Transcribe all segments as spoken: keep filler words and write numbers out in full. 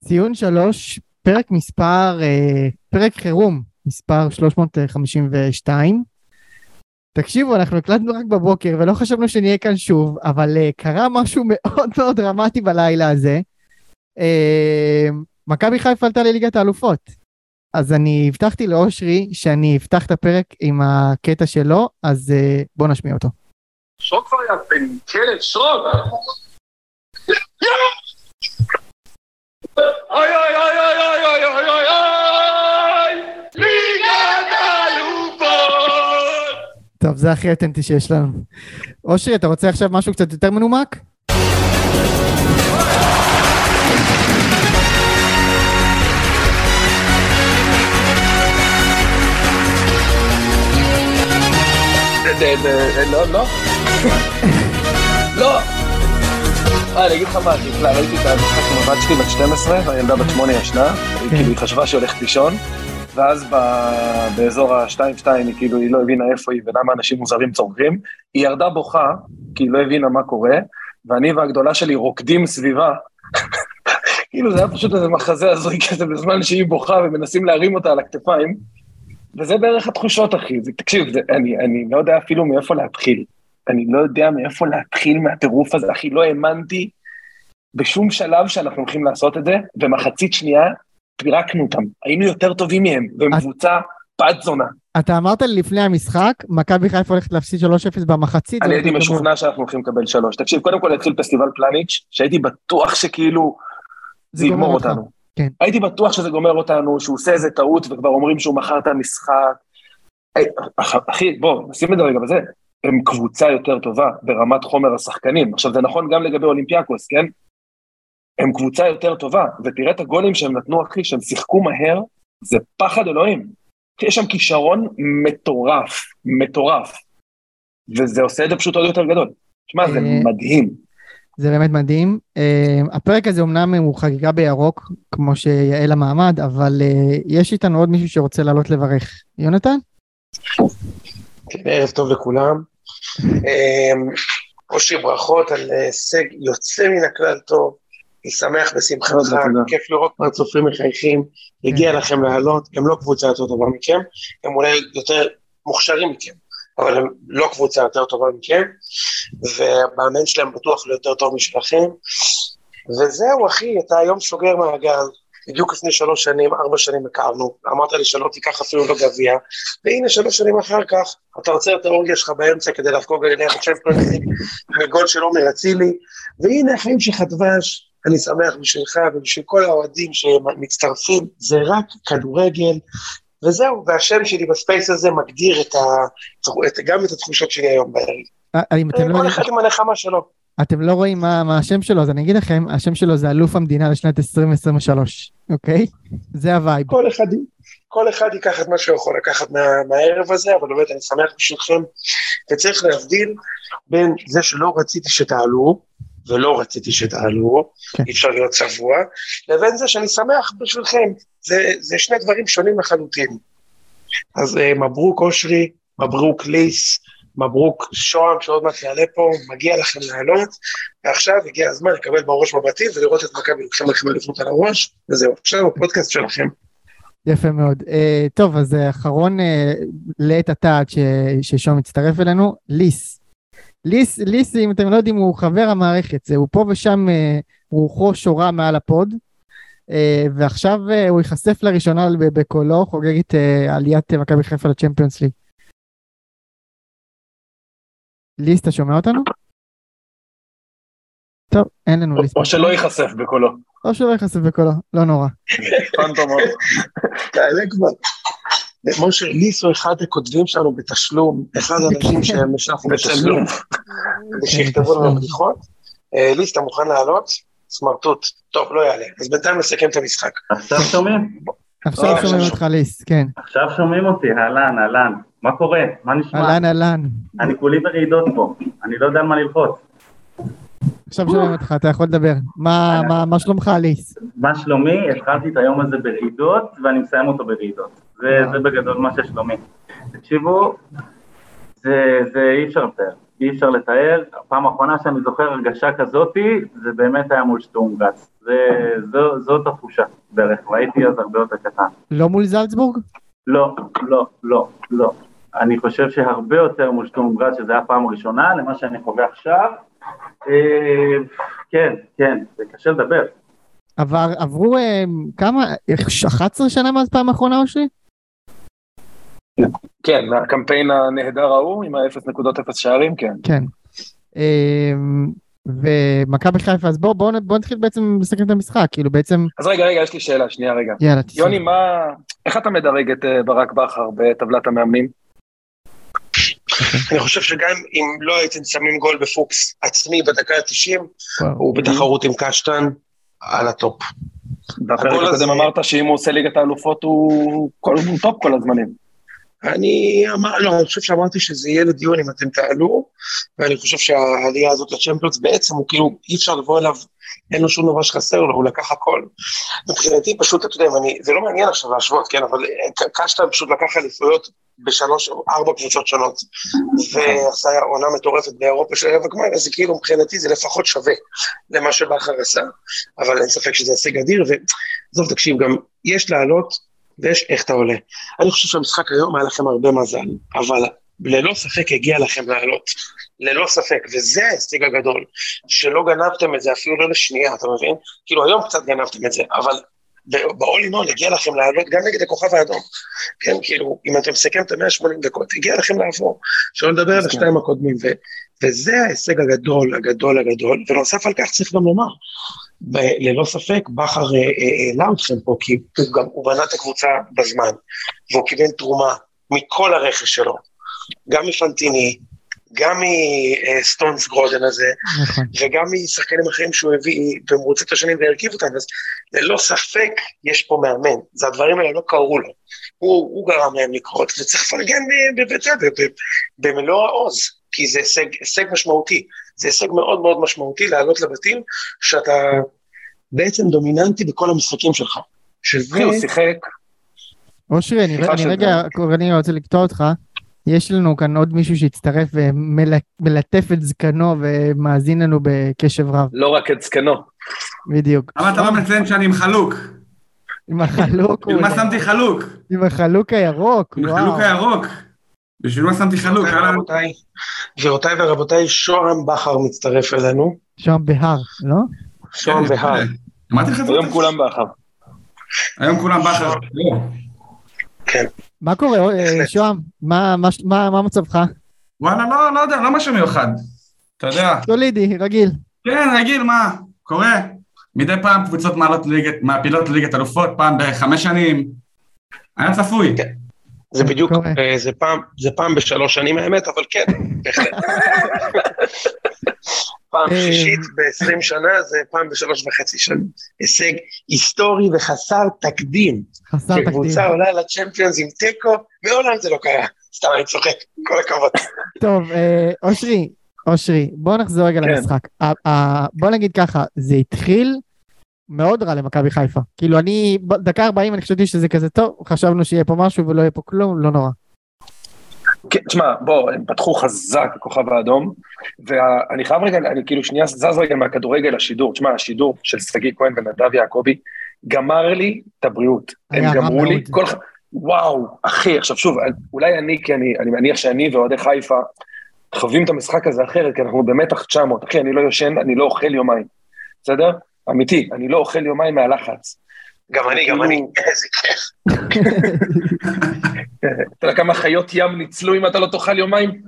ציון שלוש, פרק מספר, פרק חירום, מספר שלוש מאות חמישים ושתיים. תקשיבו, אנחנו הקלטנו רק בבוקר, ולא חשבנו שנהיה כאן שוב, אבל קרה משהו מאוד מאוד דרמטי בלילה הזה. מכבי חיפה עלתה לליגת האלופות. אז אני הבטחתי לאושרי שאני אפתח את הפרק עם הקטע שלו, אז בואו נשמיע אותו. שוק כבר היה בן כלב, שוק! אוי אוי אוי אוי אוי אוי אוי אוי אוי! ליגת האלופות! טוב, זה הכי אותנטי שיש לנו. אושרי, אתה רוצה עכשיו משהו קצת יותר מנומק? לא, לא. לא. אה, אני אגיד לך מה, ראיתי את המשחק עם הבת שלי בת שתים עשרה, הילדה בת שמונה ישנה, היא חשבה שהיא הולכת לישון, ואז באזור ה-שתיים שתיים היא כאילו, היא לא הבינה איפה היא ולמה אנשים מוזרים צורכים, היא ירדה בוכה, כי היא לא הבינה מה קורה, ואני והגדולה שלי רוקדים סביבה, כאילו זה היה פשוט איזה מחזה הזוי כזה בזמן שהיא בוכה ומנסים להרים אותה על הכתפיים, וזה בערך התחושות, אחי. זה, תקשיב, זה, אני, אני לא יודע אפילו מאיפה להתחיל. אני לא יודע מאיפה להתחיל מהטירוף הזה, אחי. לא האמנתי בשום שלב שאנחנו הולכים לעשות את זה, ומחצית שנייה פירקנו אותם. היינו יותר טובים מהם, ומבוצע בת זונה. אתה אמרת לי לפני המשחק, מכבי חיפה הולכת להפסיד שלוש אפס במחצית. אני הייתי משוכנע שאנחנו הולכים לקבל שלוש. תקשיב, קודם כל התחיל פסטיבל פלניץ', שהייתי בטוח שכאילו זה יגמור אותנו. כן. הייתי בטוח שזה גומר אותנו, שהוא עושה איזה טעות, וכבר אומרים שהוא מכר את המשחק. אחי, בוא, נשים את הרגע בזה. הם קבוצה יותר טובה ברמת חומר השחקנים. עכשיו, זה נכון גם לגבי אולימפיאקוס, כן? הם קבוצה יותר טובה, ותראה את הגולים שהם נתנו, אחי, שהם שיחקו מהר, זה פחד אלוהים. יש שם כישרון מטורף, מטורף. וזה עושה את זה פשוט עוד יותר גדול. תשמע, זה מדהים. זה באמת מדהים. Uh, הפרק הזה אומנם הוא חגיגה בירוק, כמו שיעל המעמד, אבל uh, יש איתנו עוד מישהו שרוצה לעלות לברך. יונתן? כן, ערב טוב לכולם. אושרי, ברכות על הישג יוצא מן הכלל טוב. אני שמח בשמחתך, כיף לראות פרצופים מחייכים. הגיע לכם לעלות, הם לא קבוצה יותר טובה מכם, הם אולי יותר מוכשרים מכם. אבל הם לא קבוצה יותר טובה מכם, והמאמן שלהם בטוח לא יותר טוב משלכם, וזהו אחי, אתה היום סוגר מעגל, בדיוק לפני שלוש שנים, ארבע שנים הכרנו, אמרת לי שלא תיקח אפילו לא גביע, והנה שלוש שנים אחר כך, אתה רוצה את האורגיה שלך באמצע, כדי לחגוג על עניין הצ'מפיונס ליג, מגול שלא מרצילי, והנה החיים שלך דבש, אני שמח בשבילך ובשביל כל האוהדים שמצטרפים, זה רק כדורגל, וזהו, והשם שלי בספייס הזה מגדיר את ה... גם את התחושות שלי היום בערב. כל אחד עם הנחמה שלו. אתם לא רואים מה השם שלו, אז אני אגיד לכם, השם שלו זה אלוף המדינה לשנת עשרים עשרים ושלוש, אוקיי? זה הווייב. כל אחד, כל אחד ייקח את מה שהוא יכול לקחת מהערב הזה, אבל באמת אני שמח בשבילכם, וצריך להבדיל בין זה שלא רציתי שתעלו, ולא רציתי שתעלו, אי אפשר להיות צבוע, לבין זה שאני שמח בשבילכם, זה, זה שני דברים שונים לחלוטין. אז מברוק אושרי, מברוק ליס, מברוק שוהם שעוד מעט יעלה פה, מגיע לכם לעלות, ועכשיו הגיע הזמן לקבל בראש מבטים, ולראות את מכבי לוקחים לכם לפנות על הראש, וזהו, עכשיו הפודקאסט שלכם. יפה מאוד. Uh, טוב, אז אחרון uh, לעת התעת ששום מצטרף אלינו, ליס. ליס, ליס, אם אתם לא יודעים, הוא חבר המערכת, זה, הוא פה ושם uh, רוחו שורה מעל הפוד, uh, ועכשיו uh, הוא ייחשף לראשונה בקולו, חוגג את uh, עליית uh, מכבי חיפה לצ'מפיונס ליג. ליס, אתה שומע אותנו? טוב, אין לנו ליס. או שלא ייחשף בקולו. או שלא ייחשף בקולו, לא נורא. פנטומות. תעלה כבר. משה, ליס הוא אחד הכותבים שלנו בתשלום, אחד האנשים שאנחנו בתשלום, ושיכתבו לנו בדיחות. ליס, אתה מוכן לעלות? סמרטוט. טוב, לא יעלה. אז בינתיים נסכם את המשחק. עכשיו שומעים? עכשיו שומעים אותך ליס, כן. עכשיו שומעים אותי, אהלן, אהלן. מה קורה? מה נשמע? אהלן, אהלן. אני כולי ברעידות פה, אני לא יודע מה ללחוץ. עכשיו שומעים אותך, אתה יכול לדבר. מה שלומך, ליס? מה שלומי? התחלתי את היום הזה ברעידות, ואני מסיים אותו ברעידות. זה בגדול מה ששלומי. תקשיבו, זה אי אפשר לתאר. אי אפשר לתאר, הפעם האחרונה שאני זוכר הרגשה כזאתי, זה באמת היה מול שטורם גראץ, זאת התחושה בערך, והייתי אז הרבה יותר קטן. לא מול זלצבורג? לא, לא, לא, לא. אני חושב שהרבה יותר מול שטורם גראץ, שזה היה הפעם הראשונה, למה שאני חווה עכשיו, כן, כן, זה קשה לדבר. עבר, עברו כמה, אחת עשרה שנה מאז פעם האחרונה או שלי? כן, הקמפיין הנהדר ההוא, עם ה-אפס נקודות אפס שערים, כן. כן. ומכבי חיפה, אז בואו נתחיל בעצם לסכם את המשחק, כאילו בעצם... אז רגע, רגע, יש לי שאלה, שנייה רגע. יאללה, תשאל. יוני, מה, איך אתה מדרג את ברק בכר בטבלת המאמנים? אני חושב שגם אם לא הייתם שמים גול בפוקס עצמי בדקה ה-תשעים, הוא בתחרות עם קשטן על הטופ. בפרק הקודם אמרת שאם הוא עושה ליגת האלופות הוא טופ כל הזמנים. אני אמר, לא, אני חושב שאמרתי שזה יהיה לדיון אם אתם תעלו, ואני חושב שהעלייה הזאת לצ'מפיונס בעצם הוא כאילו אי אפשר לבוא אליו, אין לו שום דבר שחסר לו, הוא לקח הכל. מבחינתי פשוט, אתה יודע, אני, זה לא מעניין עכשיו להשוות, כן, אבל קשטן פשוט לקח אליפויות בשלוש או ארבע קבוצות שונות, ועשה עונה מטורפת באירופה של רבע גמר, אז כאילו מבחינתי זה לפחות שווה למה שבכר עשה, אבל אין ספק שזה הישג אדיר, וזוב תקשיב, גם יש לעלות, ויש איך אתה עולה. אני חושב שהמשחק היום היה לכם הרבה מזל, אבל ללא ספק הגיע לכם לעלות, ללא ספק, וזה ההישג הגדול, שלא גנבתם את זה אפילו לא לשנייה, אתה מבין? כאילו היום קצת גנבתם את זה, אבל בעול אינון הגיע לכם לעלות גם נגד הכוכב האדום, כן, כאילו, אם אתם מסכם את ה-מאה ושמונים דקות, הגיע לכם לעבור, שלא לדבר על השתיים הקודמים, ו- וזה ההישג הגדול, הגדול, הגדול, ונוסף על כך צריך גם לומר, ב- ללא ספק, בכר העלה אתכם פה, כי הוא גם, הוא בנה את הקבוצה בזמן, והוא קיבל תרומה מכל הרכש שלו, גם מפנטיני, גם מסטונס גרודן הזה, וגם משחקנים אחרים שהוא הביא במרוצת השנים והרכיב אותם, אז ללא ספק יש פה מאמן, זה הדברים האלה לא קראו לו, הוא, הוא גרם להם לקרות, וצריך לפרגן במלוא העוז, כי זה הישג, הישג משמעותי, זה הישג מאוד מאוד משמעותי לעלות לבתים, שאתה בעצם דומיננטי בכל המשחקים שלך. שזה... הוא שיחק. אושרי, אני, אני רגע, אני רוצה לקטוע אותך, יש לנו כאן עוד מישהו שהצטרף ומלטף את זקנו ומאזין לנו בקשב רב. לא רק את זקנו. בדיוק. אבל אתה לא מציין שאני עם חלוק. עם החלוק. בשביל מה שמתי חלוק? עם החלוק הירוק. עם החלוק הירוק. בשביל מה שמתי חלוק? גבירותיי ורבותיי, שוהם בכר מצטרף אלינו. שוהם בהר, לא? שוהם בהר. היום כולם בכר. היום כולם בכר. כן. מה קורה, שוהם? מה מצבך? וואלה, לא, לא יודע, לא משהו מיוחד. אתה יודע. סולידי, רגיל. כן, רגיל, מה? קורה. מדי פעם קבוצות מעפילות ליגת אלופות, פעם בחמש שנים. היה צפוי. זה בדיוק, זה פעם, זה פעם בשלוש שנים האמת, אבל כן, בהחלט. פעם שישית ב-עשרים שנה, זה פעם בשלוש וחצי שנים. הישג היסטורי וחסר תקדים. חסר תקדים. שקבוצה עולה לצ'מפיונס עם טקו, מעולם זה לא קרה. סתם אני צוחק, כל הכבוד. טוב, אושרי, אושרי, בוא נחזור רגע למשחק. בוא נגיד ככה, זה התחיל מאוד רע למכבי חיפה. כאילו אני, דקה ארבעים אני חשבתי שזה כזה טוב, חשבנו שיהיה פה משהו ולא יהיה פה כלום, לא נורא. כן, תשמע, בוא, הם פתחו חזק הכוכב האדום, ואני חייב רגע, אני כאילו שנייה זז רגע מהכדורגל לשידור, תשמע, השידור של סגי כהן ונדב יעקבי, גמר לי את הבריאות. הם גמרו לי, כל... וואו, אחי, עכשיו שוב, אולי אני, כי אני, אני מניח שאני ואוהדי חיפה, חווים את המשחק הזה אחרת, כי אנחנו במתח תשע מאות, אחי, אני לא יושן, אני לא אוכל יומיים, בסדר? אמיתי, אני לא אוכל יומיים מהלחץ. גם אני, גם אני, איזה כיף. אתה יודע כמה חיות ים ניצלו אם אתה לא תאכל יומיים?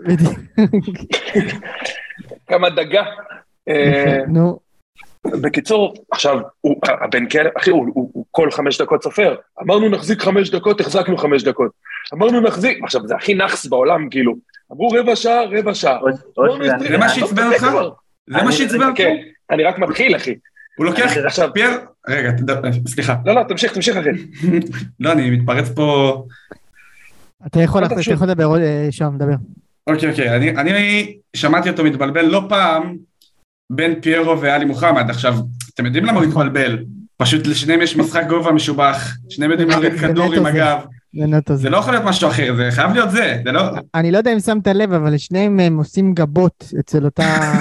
כמה דגה. נו. בקיצור, עכשיו, הבן כלב, אחי, הוא כל חמש דקות סופר. אמרנו נחזיק חמש דקות, החזקנו חמש דקות. אמרנו נחזיק, עכשיו, זה הכי נחס בעולם, כאילו. אמרו רבע שעה, רבע שעה. זה מה שיצבן אותך? זה מה שיצבן אותך? אני רק מתחיל, אחי. הוא לוקח עכשיו פייר, רגע, סליחה. לא, לא, תמשיך, תמשיך, אחי. לא, אני מתפרץ פה. אתה יכול לדבר, שם, דבר. אוקיי, אוקיי, אני שמעתי אותו מתבלבל לא פעם בין פיירו ואלי מוחמד. עכשיו, אתם יודעים למה הוא מתבלבל? פשוט לשניהם יש משחק גובה משובח, שניהם יודעים להוריד כדור עם הגב. זה לא יכול להיות משהו אחר, זה חייב להיות זה, זה לא... אני לא יודע אם שמת לב, אבל שניהם הם עושים גבות אצל אותה...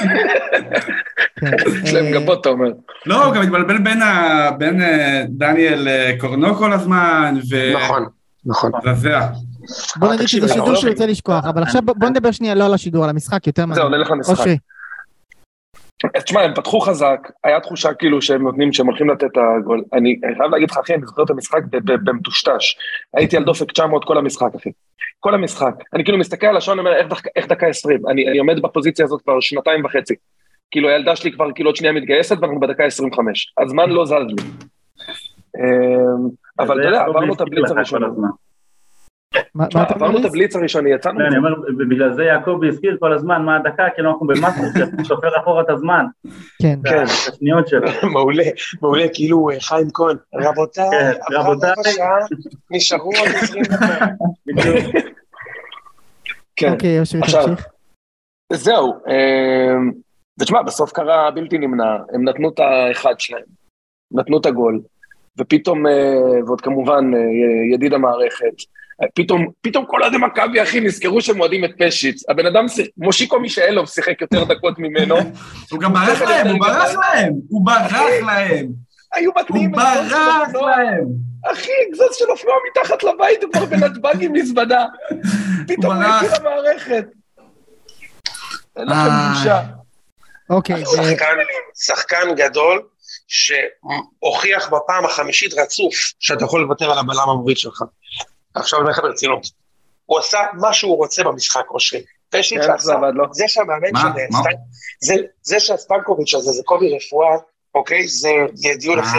יש להם גבות, אתה אומר. לא, הוא גם מתבלבל בין דניאל קורנו כל הזמן, ו... נכון, נכון. זה בוא נגיד שזה שידור שהוא יוצא לשכוח, אבל עכשיו בוא נדבר שנייה לא על השידור, על המשחק, יותר מעניין. זהו, נלך למשחק. אושרי. תשמע, הם פתחו חזק, היה תחושה כאילו שהם נותנים, שהם הולכים לתת את הגול. אני חייב להגיד לך, אחי, אני זוכר את המשחק במטושטש. הייתי על דופק תשע מאות כל המשחק, אחי. כל המשחק. אני כאילו מסתכל על השעון, אומר, איך דקה עשרים? אני עומד בפוזיציה הזאת כבר שנתיים וחצי. כאילו, הילדה שלי כבר כאילו עוד שנייה מתגייסת, ואנחנו בדקה עשרים וחמש. הזמן לא זז לי. אבל אתה יודע, עברנו את הבליץ הראשון. עברנו את הבליץ הראשוני, יצאנו. אני אומר, בגלל זה יעקבי הזכיר כל הזמן, מה הדקה, כאילו אנחנו במסר ששופר אחורה את הזמן. כן. כן. השניות שלו. מעולה, מעולה, כאילו חיים כהן, רבותיי, רבותיי, נשארו עוד עשרים דקות. כן. אוקיי, יושבי תמשיך. זהו, ותשמע, בסוף קרה בלתי נמנע, הם נתנו את האחד שלהם, נתנו את הגול, ופתאום, ועוד כמובן ידיד המערכת, פתאום, פתאום כל עדי מכבי אחי נזכרו שהם מועדים את פשיץ, הבן אדם, מושיקו מישאלוב שיחק יותר דקות ממנו. הוא גם ברח להם, הוא ברח להם, הוא ברח להם. היו בתנאים, הוא ברח להם. אחי, גזוז של אופנוע מתחת לבית, הוא כבר בנתב"ג עם מזוודה. פתאום הוא הכיר המערכת. אין לכם בושה. אוקיי. שחקן גדול, שהוכיח בפעם החמישית רצוף, שאתה יכול לוותר על הבלם המוריד שלך. עכשיו אני הולך ברצינות. הוא עשה מה שהוא רוצה במשחק, אושרי. פשיץ' עשה, זה שהמאמן שלהם, זה שהספנקוביץ' הזה, זה קובי רפואה, אוקיי? זה דיון אחר.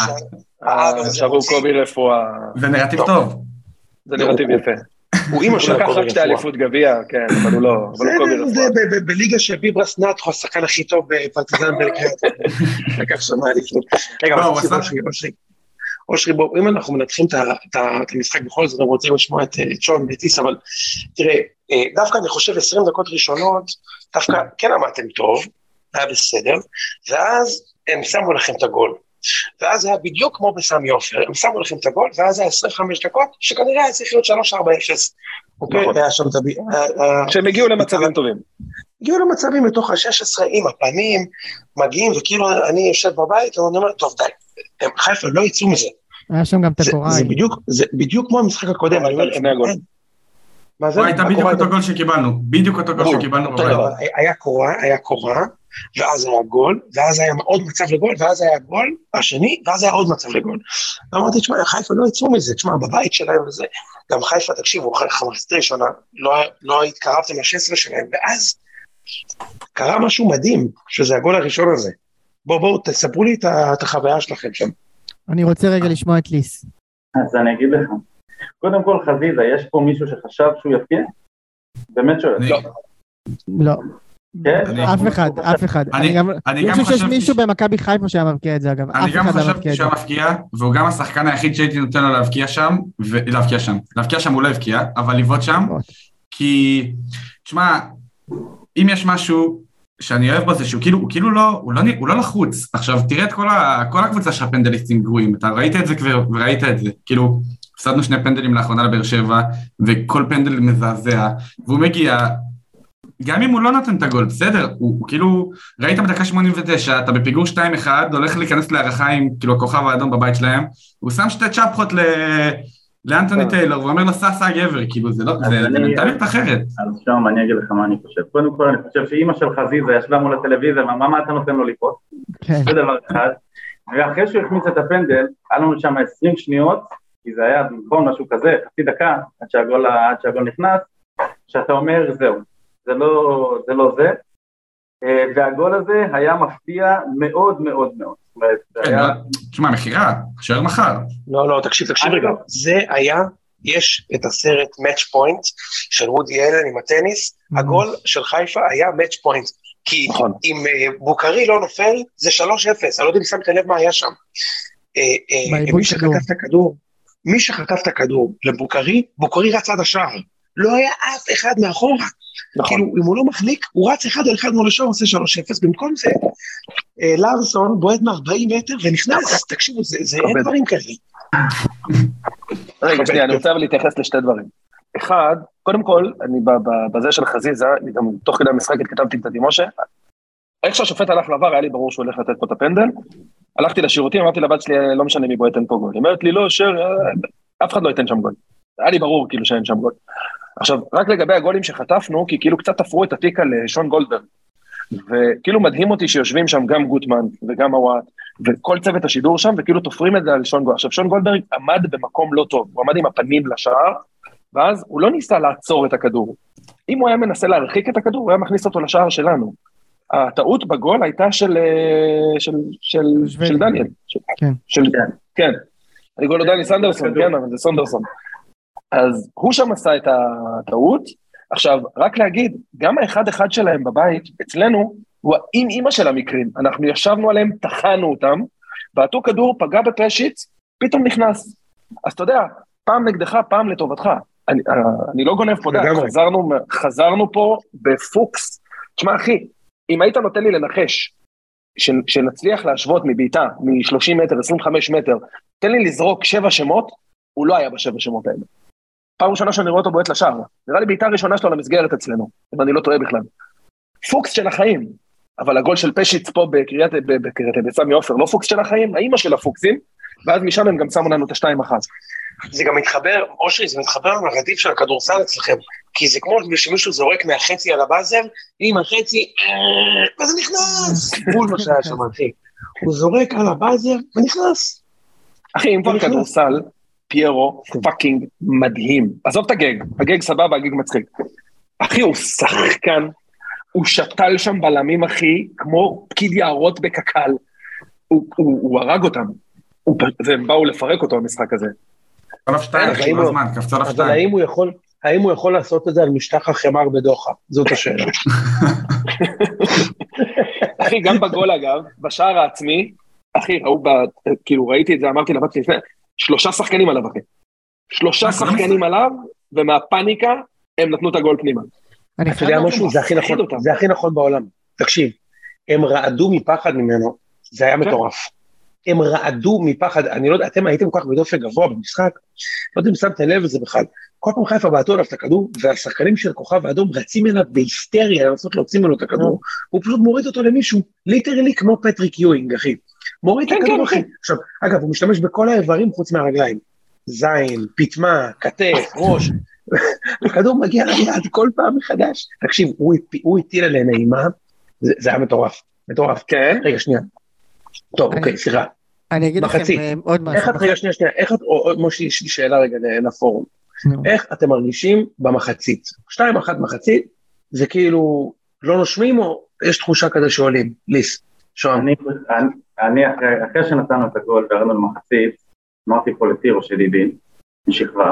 עכשיו הוא קובי רפואה. זה נרטיב טוב. זה נרטיב יפה. הוא אימא של קובי רפואה. אליפות גביע, כן, אבל הוא לא קובי רפואה. זה בליגה של ביברס נאט, הוא השחקן הכי טוב בפרטיזן בלגרד. לקח שמה אליפות. רגע, אושרי, אושרי. אושרי, בוא, אם אנחנו מנתחים את המשחק בכל זאת, אנחנו רוצים לשמוע את צ'ון וטיס, אבל תראה, דווקא אני חושב עשרים דקות ראשונות, דווקא כן עמדתם טוב, היה בסדר, ואז הם שמו לכם את הגול. ואז היה בדיוק כמו בסמי עופר, הם שמו לכם את הגול, ואז היה עשרים וחמש דקות, שכנראה היה צריך להיות שלוש ארבע אפס. אוקיי, היה שם תביא. שהם הגיעו למצבים טובים. הגיעו למצבים מתוך ה-שש עשרה עם הפנים, מגיעים, וכאילו אני יושב בבית, ואני אומר, טוב די, הם חיפה לא יצאו מזה. היה שם גם תקוראי. זה בדיוק, זה בדיוק כמו המשחק הקודם, אני אומר, לפני הגול. מה זה? הייתה בדיוק אותו גול שקיבלנו, בדיוק אותו גול שקיבלנו בבית. היה קורה, היה קורה, ואז היה גול, ואז היה עוד מצב לגול, ואז היה גול השני, ואז היה עוד מצב לגול. ואמרתי, תשמע, חיפה לא יצאו מזה, תשמע, בבית שלהם וזה, גם חיפה, תקשיבו, אחרי חמש עשרה שנה, לא התקרבתם ל-שש עשרה שלהם, ואז קרה משהו מדהים, שזה הגול הראשון הזה. בואו, בואו, תספרו לי את החוויה שלכם שם. אני רוצה רגע לשמוע את ליס. אז אני אגיד לך. קודם כל, חזיזה, יש פה מישהו שחשב שהוא יפקיע? באמת שואל. לא. לא. כן? אף אחד, אף אחד. אני חושב שיש מישהו במכבי חיפה שהיה מבקיע את זה, אגב. אני גם חשבתי שהוא מבקיע, והוא גם השחקן היחיד שהייתי נותן לו להבקיע שם, להבקיע שם. להבקיע שם הוא לא הבקיע, אבל לבעוט שם, כי, תשמע, אם יש משהו שאני אוהב בו זה שהוא כאילו, הוא כאילו לא, הוא לא, הוא לא לחוץ. עכשיו, תראה את כל, ה, כל הקבוצה של הפנדליסטים גרועים, אתה ראית את זה כבר, וראית את זה, כאילו, הפסדנו שני פנדלים לאחרונה לבאר שבע, וכל פנדל מזעזע, והוא מגיע, גם אם הוא לא נותן את הגול, בסדר, הוא, הוא כאילו, ראית בדקה שמונים ותשע, אתה בפיגור שתיים אחד, הולך להיכנס להערכה עם, כאילו, הכוכב האדום בבית שלהם, הוא שם שתי צ'פחות ל... לאנטוני טיילור, והוא אומר לו סע סע גבר, כאילו זה לא, זה מנטליות אחרת. אז שם אני אגיד לך מה אני חושב. קודם כל אני חושב שאמא של חזיזה ישבה מול הטלוויזיה, מה אתה נותן לו לקרות? זה דבר אחד. ואחרי שהוא החמיץ את הפנדל, היה לנו שם עשרים שניות, כי זה היה נכון משהו כזה, חצי דקה, עד שהגול נכנס, שאתה אומר זהו, זה לא זה. והגול הזה היה מפתיע מאוד מאוד מאוד. תשמע, מחירה, שואר מחר. לא, לא, תקשיב, תקשיב רגע. זה היה, יש את הסרט Match Point של וודי אלן עם הטניס, הגול של חיפה היה Match Point, כי אם בוקרי לא נופל, זה שלוש אפס, אני לא יודע אם שמת לב מה היה שם. מי שחטף את הכדור, מי שחטף את הכדור לבוקרי, בוקרי רץ עד השער. לא היה אף אחד מאחורה. כאילו, אם הוא לא מחליק, הוא רץ אחד על אחד מול השער, עושה שלוש אפס, במקום זה, לארסון בועט מ-ארבעים מטר ונכנס, תקשיבו, זה אין דברים כאלה. רגע, שנייה, אני רוצה להתייחס לשתי דברים. אחד, קודם כל, אני בזה של חזיזה, אני גם תוך כדי המשחק התכתבתי עם תדי משה, איך שהשופט הלך לעבר, היה לי ברור שהוא הולך לתת פה את הפנדל, הלכתי לשירותים, אמרתי לבת שלי, לא משנה מי בוא יתן פה גול. היא אומרת לי, לא, שר, אף אחד לא ייתן שם גול. היה לי ברור כאילו שאין שם גול. עכשיו, רק לגבי הגולים שחטפנו, כי כאילו קצת תפרו את התיק על שון גולדברג, וכאילו מדהים אותי שיושבים שם גם גוטמן וגם הוואט, וכל צוות השידור שם, וכאילו תופרים את זה על שון גולדברג. עכשיו, שון גולדברג עמד במקום לא טוב, הוא עמד עם הפנים לשער, ואז הוא לא ניסה לעצור את הכדור. אם הוא היה מנסה להרחיק את הכדור, הוא היה מכניס אותו לשער שלנו. הטעות בגול הייתה של, של, של, של דניאל. כן. של, כן. אני קורא לו דני סנדרסון, כן, אבל זה סנדרסון. אז הוא שם עשה את הטעות. עכשיו, רק להגיד, גם האחד אחד שלהם בבית, אצלנו, הוא עם אמא של המקרים. אנחנו ישבנו עליהם, תחנו אותם, בעטו כדור, פגע בפשיץ, פתאום נכנס. אז אתה יודע, פעם נגדך, פעם לטובתך. אני, אני לא גונב פה, חזרנו, חזרנו פה בפוקס. תשמע, אחי, אם היית נותן לי לנחש, ש, שנצליח להשוות מביתה, מ-שלושים מטר, עשרים וחמישה מטר, תן לי לזרוק שבע שמות, הוא לא היה בשבע שמות האלה. פעם ראשונה שאני רואה אותו בועט לשער, נראה לי ביתה הראשונה שלו למסגרת אצלנו, אם אני לא טועה בכלל. פוקס של החיים, אבל הגול של פשיץ פה בקריית, בקריית, בסמי עופר, לא פוקס של החיים, האמא של הפוקסים, ואז משם הם גם שמו לנו את השתיים אחת. זה גם מתחבר, אושרי, זה מתחבר לנרטיב של הכדורסל אצלכם, כי זה כמו שמישהו זורק מהחצי על הבאזר, עם החצי, וזה נכנס, בול מה שהיה שם, אחי. הוא זורק על הבאזר ונכנס. אחי, אם כבר כדורסל, פיירו פאקינג מדהים. עזוב את הגג, הגג סבבה, הגג מצחיק. אחי, הוא שחקן, הוא שתל שם בלמים, אחי, כמו פקיד יערות בקקל. הוא, הוא, הוא הרג אותם. והם באו לפרק אותו המשחק הזה. קפצה שתיים, כל הזמן, קפצה שתיים. אבל האם הוא יכול, האם הוא יכול לעשות את זה על משטח החמר בדוחה? זאת השאלה. אחי, גם בגול אגב, בשער העצמי, אחי, ראו, כאילו ראיתי את זה, אמרתי לבת לפני, שלושה שחקנים עליו, אחי. שלושה שחקנים עליו, ומהפניקה הם נתנו את הגול פנימה. אתה יודע משהו, זה הכי נכון, זה הכי נכון בעולם. תקשיב, הם רעדו מפחד ממנו, זה היה מטורף. הם רעדו מפחד, אני לא יודע, אתם הייתם כל כך בדופק גבוה במשחק, לא יודע אם שמתם לב לזה בכלל, כל פעם חיפה בעטו עליו את הכדור, והשחקנים של כוכב האדום רצים אליו בהיסטריה, לנסות להוציא ממנו את הכדור, הוא פשוט מוריד אותו למישהו, ליטרלי כמו פטריק יואינג, אחי, מוריד את הכדור, אחי. עכשיו, אגב, הוא משתמש בכל האיברים חוץ מהרגליים, זין, פתמה, כתף, ראש, הכדור מגיע ליד כל פעם מחדש, תקשיב, הוא הטיל עליהם אימה, זה היה מטורף, מטורף. כן. רגע, שנייה. טוב, אוקיי, סליחה. אני אגיד לכם עוד משהו. איך את, רגע, שנייה, שנייה, איך את, מושי, יש לי שאלה רגע לפורום. איך אתם מרגישים במחצית? שתיים אחת מחצית, זה כאילו לא נושמים או יש תחושה כזה שעולים? ליס, שואם. אני, אחרי שנתנו את הגול והראינו למחצית, אמרתי פה לטירו שלי בין, משכבר,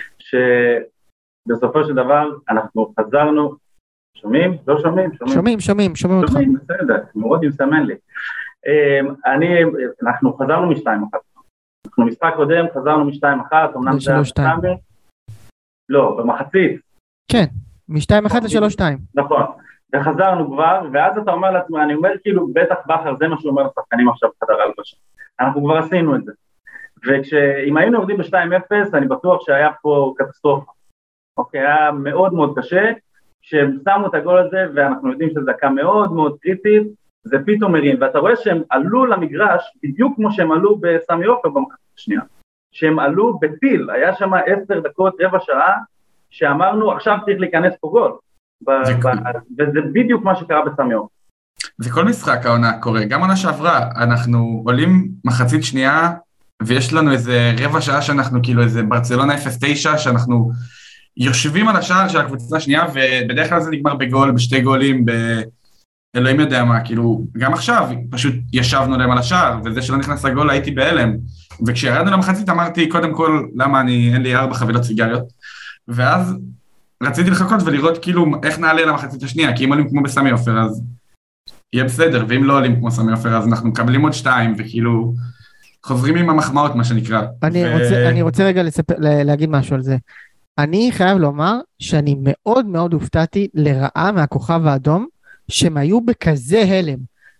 שבסופו של דבר אנחנו חזרנו, שומעים? לא שומעים? שומעים, שומעים, שומעים אותך. שומעים, בסדר, מאוד מסמן לי. אני, אנחנו חזרנו משתיים אחת. אנחנו משחק קודם, חזרנו משתיים אחת, אמנם זה היה משתיים. לא, במחצית. כן, משתיים אחת לשלוש שתיים. נכון, וחזרנו כבר, ואז אתה אומר לעצמי, אני אומר כאילו, בטח בחר, זה מה שהוא אומר לשחקנים עכשיו חדר הלבשה. אנחנו כבר עשינו את זה. וכשאם היינו עובדים ב-שתיים אפס, אני בטוח שהיה פה קטסטרופה. אוקיי, היה מאוד מאוד קשה, כשהם שמו את הגול הזה, ואנחנו יודעים שזו דקה מאוד מאוד קריטית, זה פתאום מרים, ואתה רואה שהם עלו למגרש, בדיוק כמו שהם עלו בסמי עופר במחצית השנייה, שהם עלו בטיל, היה שם עשר דקות, רבע שעה, שאמרנו, עכשיו צריך להיכנס פה גול, וזה בדיוק מה שקרה בסמי עופר. זה כל משחק העונה קורה, גם עונה שעברה, אנחנו עולים מחצית שנייה, ויש לנו איזה רבע שעה שאנחנו כאילו איזה ברצלונה אפס תשע, שאנחנו יושבים על השער של הקבוצה השנייה, ובדרך כלל זה נגמר בגול, בשתי גולים, ב... אלוהים יודע מה, כאילו, גם עכשיו, פשוט ישבנו להם על השער, וזה שלא נכנס לגול הייתי בהלם, וכשירדנו למחצית אמרתי, קודם כל, למה אני, אין לי ארבע חבילות סיגריות, ואז רציתי לחכות ולראות כאילו איך נעלה למחצית השנייה, כי אם עולים כמו בסמי עופר, אז יהיה בסדר, ואם לא עולים כמו סמי עופר, אז אנחנו מקבלים עוד שתיים, וכאילו, חוזרים עם המחמאות, מה שנקרא. אני, ו... רוצה, אני רוצה רגע לספר, להגיד משהו על זה. אני חייב לומר שאני מאוד מאוד הופתעתי לרעה מהכוכב האדום, שהם היו בכזה הלם.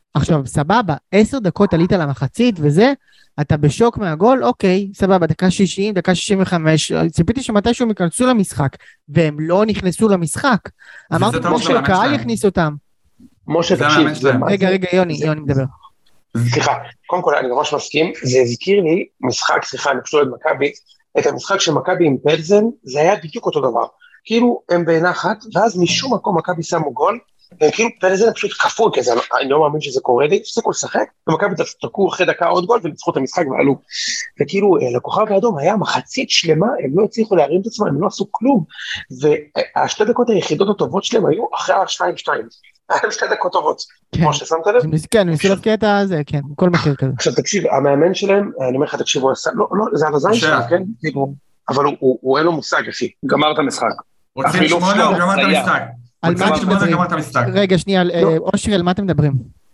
עכשיו, סבבה, עשר דקות עלית למחצית וזה, אתה בשוק מהגול, אוקיי, סבבה, דקה שישים, דקה שישים וחמש, ציפיתי שמתישהו הם ייכנסו למשחק, והם לא נכנסו למשחק. אמרתי כמו שהקהל יכניס אותם. משה, תקשיב. רגע, רגע, יוני, יוני מדבר. סליחה, קודם כל אני ממש מסכים, זה הזכיר לי משחק, סליחה, אני פשוט את מכבי, את המשחק של מכבי עם פלזן, זה היה בדיוק אותו דבר. כאילו הם בנחת, ואז משום מקום מכבי שמו גול, והם כאילו פלזן פשוט כפו, כי אני לא מאמין שזה קורה לי, הפסיקו לשחק, ומכבי תקעו אחרי דקה עוד גול, וניצחו את המשחק ועלו. וכאילו, לכוכב האדום היה מחצית שלמה, הם לא הצליחו להרים את עצמם, הם לא עשו כלום, והשתי דקות היחידות הטובות שלהם היו אחרי ה-שתיים שתיים. היה שתי דקות טובות, כמו ששמת לב? כן, ניסו להבקיע את זה, כן, כל מחיר כזה. עכשיו תקשיב, המאמן שלהם, אני אומר לך, תקשיב, הוא עשה, לא, לא, זה על הזין שלו, כן? אבל הוא אין לו מושג, אחי. גמר את המשחק. רוצים שמונה או גמר את המשחק? על מה אתם מדברים? רגע, שנייה, אושרי, על מה אתם מדברים?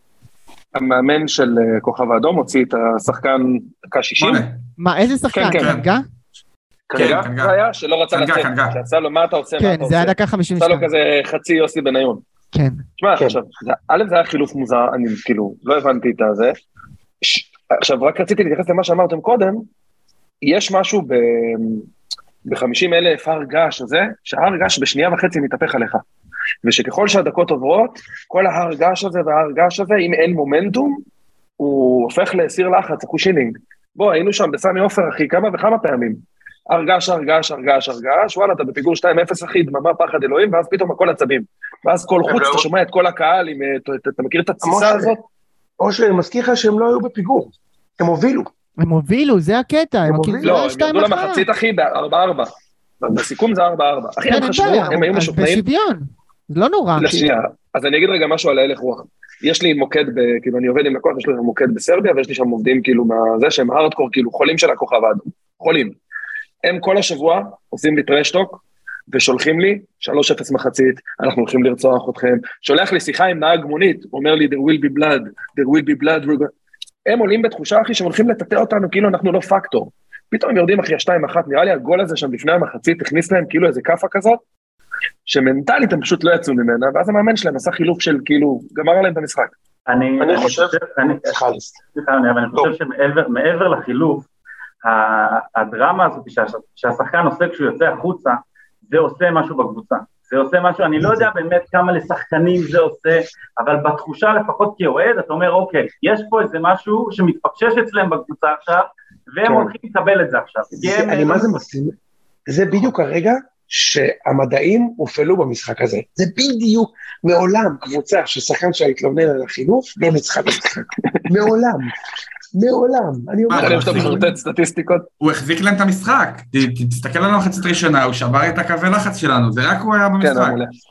המאמן של כוכב האדום הוציא את השחקן דקה שישים. מה, איזה שחקן? קנגה? קנגה? זה היה שלא רצה לצאת. שעשה לו, מה אתה עושה? כן, זה היה דקה חמישים ושתיים. עשה לו כזה חצי יוסי בניון. כן. תשמע, עכשיו, א' זה היה חילוף מוזר, אני כאילו לא הבנתי את זה. עכשיו, רק רציתי להתייחס למה שאמרתם קודם, יש משהו ב-חמישים אלף הר געש הזה, שההר געש בשנייה וחצי מתהפך עליך. ושככל שהדקות עוברות, כל ההר געש הזה וההר געש הזה, אם אין מומנטום, הוא הופך לסיר לחץ, הקושינינג. בוא, היינו שם בסמי עופר, אחי, כמה וכמה פעמים. הר געש, הר געש, הר געש, הר געש, וואלה, אתה בפיגור שתיים אפס, אחי, דממה פחד אלוהים, ואז פתאום הכל עצבים. ואז כל חוץ, אתה שומע את כל הקהל, אתה מכיר את התסיסה הזאת? או שאני מזכיר לך שהם לא היו בפיגור, הם הובילו. הם הובילו, זה הקטע, הם הובילו. לא, הם ירדו למחצית, אחי, ב-ארבע ארבע. בסיכום זה ארבע ארבע. אחי, הם חשבו, הם היו משוכנעים. בשוויון, זה לא נורא. אז אני אגיד רגע משהו על ההלך רוח. יש לי מוקד, כאילו אני עובד עם לקוח, יש לי מוקד בסרביה, ויש לי שם עובדים כאילו מהזה שהם הארדקור, כאילו חולים של הכוכב האדום. חולים. הם כל השבוע עושים לי טרשטוק, ושולחים לי שלוש אפס מחצית, אנחנו הולכים לרצוח אתכם. שולח לי שיחה עם נהג מונית, אומר לי, there will be blood, there will be blood. הם עולים בתחושה, אחי, שהם הולכים לטטא אותנו, כאילו אנחנו לא פקטור. פתאום הם יורדים אחרי השתיים אחת, נראה לי הגול הזה שם לפני המחצית, הכניס להם כאילו איזה קפה כזאת, שמנטלית הם פשוט לא יצאו ממנה, ואז המאמן שלהם עשה חילוף של כאילו, גמר עליהם את המשחק. אני חושב, אני חושב שמעבר לחילוף, הדרמה הזאת שהשחקן עושה כשהוא יוצא החוצה, זה עושה משהו בקבוצה. זה עושה משהו, אני לא יודע באמת כמה לשחקנים זה עושה, אבל בתחושה לפחות כאוהד, אתה אומר, אוקיי, יש פה איזה משהו שמתפקשש אצלם בקבוצה עכשיו, והם הולכים לקבל את זה עכשיו. אני מה זה מסכים? זה בדיוק הרגע שהמדעים הופעלו במשחק הזה. זה בדיוק מעולם קבוצה ששחקן שהתלונן על החילוף, לא ניצחה במשחק. מעולם. מעולם. אני אומר... סטטיסטיקות. הוא החזיק להם את המשחק. תסתכל עלינו מחצית ראשונה, הוא שבר את הקווי לחץ שלנו, זה רק הוא היה במשחק.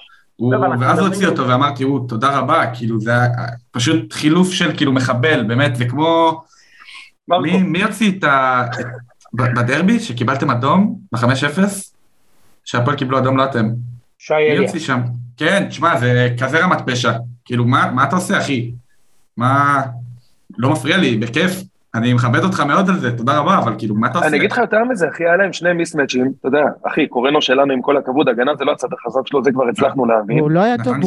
ואז הוא הוציא אותו ואמרתי, הוא, תודה רבה, כאילו זה פשוט חילוף של כאילו מחבל, באמת, זה כמו... מי יוציא את ה... בדרבי שקיבלתם אדום, ב-חמש אפס, שהפועל קיבלו אדום לא אתם. מי יוציא שם? כן, תשמע, זה כזה רמת פשע. כאילו, מה אתה עושה, אחי? מה... לא מפריע לי, בכיף. אני מכבד אותך מאוד על זה, תודה רבה, אבל כאילו, מה אתה עושה? אני אגיד לך יותר מזה, אחי, היה להם שני מיסמצ'ים, אתה יודע, אחי, קורנו שלנו עם כל הכבוד, הגנה זה לא הצד החזק שלו, זה כבר הצלחנו להבין. הוא לא היה טוב,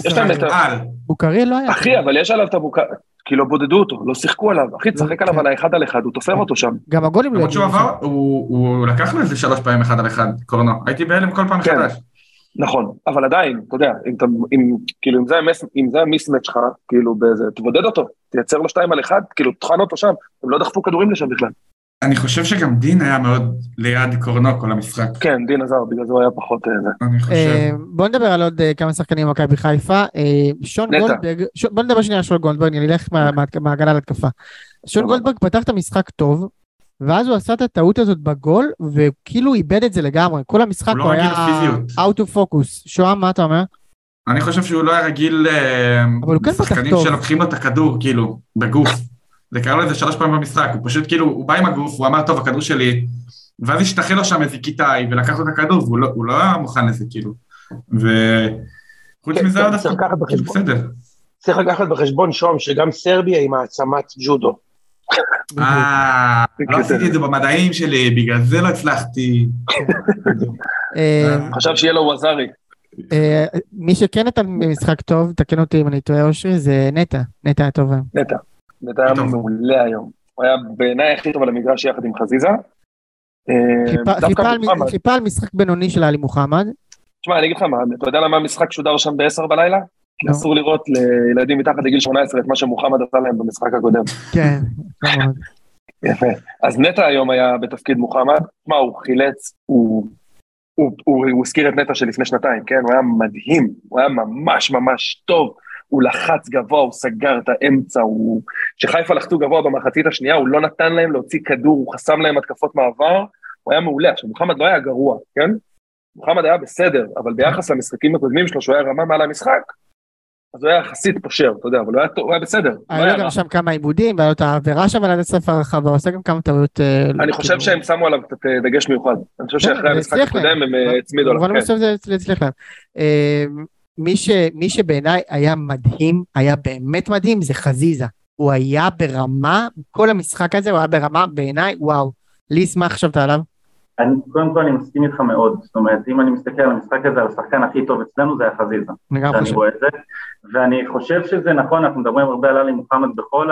בוקרי לא היה. אחי, אבל יש עליו את הבוקרי, כאילו בודדו אותו, לא שיחקו עליו, אחי, תשחק עליו על האחד על אחד, הוא תופר אותו שם. גם הגולים לא יגיעו. הוא לקח לו איזה שלוש פעמים אחד על אחד, קורנו, הייתי בהלם כל פעם חדש. נכון, אבל עדיין, אתה יודע, אם, אם, כאילו, אם זה, אם זה המיסמץ' שלך, כאילו, באיזה, תבודד אותו, תייצר לו שתיים על אחד, כאילו, תחן אותו שם, הם לא דחפו כדורים לשם בכלל. אני חושב שגם דין היה מאוד ליד קורנו כל המשחק. כן, דין עזר, בגלל זה הוא היה פחות... אני חושב. בוא נדבר על עוד כמה שחקנים במכבי חיפה. שון גולדברג, בוא נדבר שנייה על שון גולדברג, אני אלך מההגנה להתקפה. שון גולדברג פתח את המשחק טוב, ואז הוא עשה את הטעות הזאת בגול, וכאילו איבד את זה לגמרי. כל המשחק הוא היה out of focus. שוהם, מה אתה אומר? אני חושב שהוא לא היה רגיל שחקנים שלוקחים לו את הכדור, כאילו, בגוף. זה קרה לו איזה שלוש פעמים במשחק, הוא פשוט כאילו, הוא בא עם הגוף, הוא אמר, טוב, הכדור שלי, ואז השתחל לו שם איזה כיתאי, ולקח לו את הכדור, והוא לא היה מוכן לזה, כאילו. וחוץ מזה, עוד עשו, כאילו, בסדר. צריך לקחת בחשבון שום, שגם סרביה היא מעצמת ג'ודו. אה, לא עשיתי את זה במדעים שלי, בגלל זה לא הצלחתי. חשב שיהיה לו ווזרי. מי שכן נתן משחק טוב, תקן אותי אם אני טועה אושרי, זה נטע, נטע היה טוב היום. נטע, נטע היה מעולה היום. הוא היה בעיניי הכי טוב על המגרש יחד עם חזיזה. חיפה על משחק בינוני של עלי מוחמד. תשמע, אני אגיד לך מה, אתה יודע למה המשחק שודר שם בעשר בלילה? כי אסור לראות לילדים מתחת לגיל שמונה עשרה את מה שמוחמד עשה להם במשחק הקודם. כן, נכון. יפה. אז נטע היום היה בתפקיד מוחמד. תשמע, הוא חילץ, הוא הזכיר את נטע שלפני שנתיים, כן? הוא היה מדהים, הוא היה ממש ממש טוב. הוא לחץ גבוה, הוא סגר את האמצע, הוא... שחיפה לחצו גבוה במחצית השנייה, הוא לא נתן להם להוציא כדור, הוא חסם להם התקפות מעבר, הוא היה מעולה. עכשיו, מוחמד לא היה גרוע, כן? מוחמד היה בסדר, אבל ביחס למשחקים הקודמים שלו, שהוא היה רמה מעל המשחק, אז הוא היה יחסית פושר, אתה יודע, אבל הוא היה, הוא היה בסדר. היה לו גם שם כמה עיבודים, והיה לו את העבירה שם על עד הספר הרחב, הוא עושה גם כמה טעויות... אני חושב שהם שמו עליו קצת דגש מיוחד. אני חושב שאחרי המשחק הקודם הם הצמידו עליו. אבל בסוף זה הצליח להם. מי, ש, מי שבעיניי היה מדהים, היה באמת מדהים, זה חזיזה. הוא היה ברמה, כל המשחק הזה הוא היה ברמה בעיניי, וואו. ליס, מה חשבת עליו? אני, קודם כל אני מסכים איתך מאוד, זאת אומרת, אם אני מסתכל על המשחק הזה, על השחקן הכי טוב אצלנו, זה היה חזיזה. אני רואה את זה, ואני חושב שזה נכון, אנחנו מדברים הרבה על עלי מוחמד בכל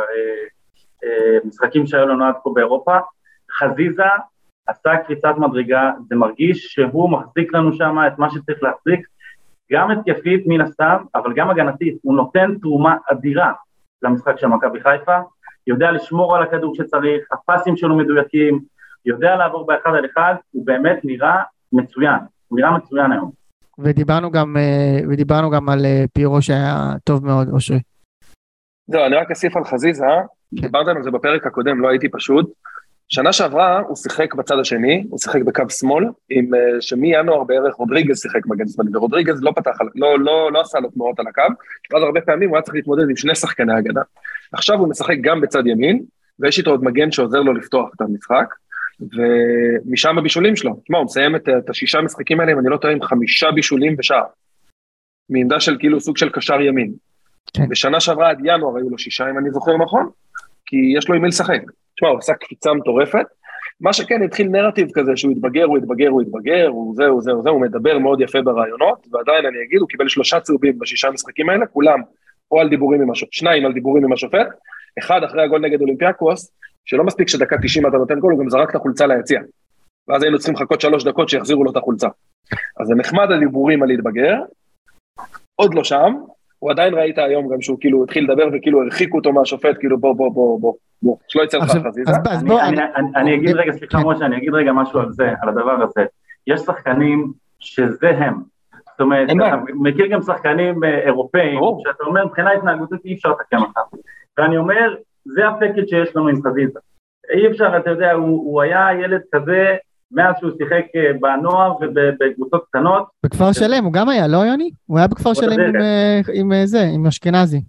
המשחקים שהיו לנו עד כה באירופה, חזיזה עשה קריצת מדרגה, זה מרגיש שהוא מחזיק לנו שם את מה שצריך להחזיק, גם התקפית מן הסתם, אבל גם הגנתית, הוא נותן תרומה אדירה למשחק של מכבי חיפה, יודע לשמור על הכדור שצריך, הפסים שלו מדויקים, יודע לעבור באחד על אחד, הוא באמת נראה מצוין, הוא נראה מצוין היום. ודיברנו גם, ודיברנו גם על פירו שהיה טוב מאוד, אושרי. זהו, אני רק אסיף על חזיזה, דיברתם על זה בפרק הקודם, לא הייתי פשוט, שנה שעברה הוא שיחק בצד השני, הוא שיחק בקו שמאל, עם שמינואר בערך רודריגז שיחק מגן שמאלי, ורודריגז לא פתח, לא, לא, לא עשה לו תנועות על הקו, ואז הרבה פעמים הוא היה צריך להתמודד עם שני שחקני הגנה. עכשיו הוא משחק גם בצד ימין, ויש איתו עוד מגן שעוזר לו לפתוח את המשחק, ומשם הבישולים שלו, תשמע, הוא מסיים את, את השישה משחקים האלה, אם אני לא טועה, עם חמישה בישולים בשער, מעמדה של כאילו סוג של קשר ימין. כן. בשנה שעברה עד ינואר היו לו שישה, אם אני זוכר נכון, כי יש לו עם מי לשחק. תשמע, הוא עשה קפיצה מטורפת, מה שכן, התחיל נרטיב כזה, שהוא יתבגר, הוא יתבגר, הוא יתבגר, הוא זה, הוא זה, הוא זה, הוא מדבר מאוד יפה ברעיונות, ועדיין אני אגיד, הוא קיבל שלושה צהובים בשישה משחקים האלה, כולם, או על דיבורים עם השופט, שניים על דיבורים עם השופט, אחד אחרי הגול נגד אולימפיאקוס, שלא מספיק שדקה תשעים אתה נותן גול, הוא גם זרק את החולצה ליציאה, ואז היינו צריכים לחכות שלוש דקות שיחזירו לו את החולצה. אז זה נחמד הדיבורים על להתבגר, עוד לא שם, הוא עדיין ראית היום גם שהוא כאילו התחיל לדבר וכאילו הרחיקו אותו מהשופט, כאילו בוא בוא בוא בוא בוא, שלא יצא לך חזיזה. אני אגיד רגע, סליחה משה, אני אגיד רגע משהו על זה, על הדבר הזה. יש שחקנים שזה הם. זאת אומרת, אתה מכיר גם שחקנים אירופאים, שאתה אומר, מבחינה התנהגותית אי אפשר לתקן אותם. ואני אומר, זה הפקד שיש לנו עם חזיזה. אי אפשר, אתה יודע, הוא היה ילד כזה, מאז שהוא שיחק בנוער ובקבוצות קטנות. בכפר שלם, הוא גם היה, לא יוני? הוא היה בכפר שלם עם זה, עם אשכנזי.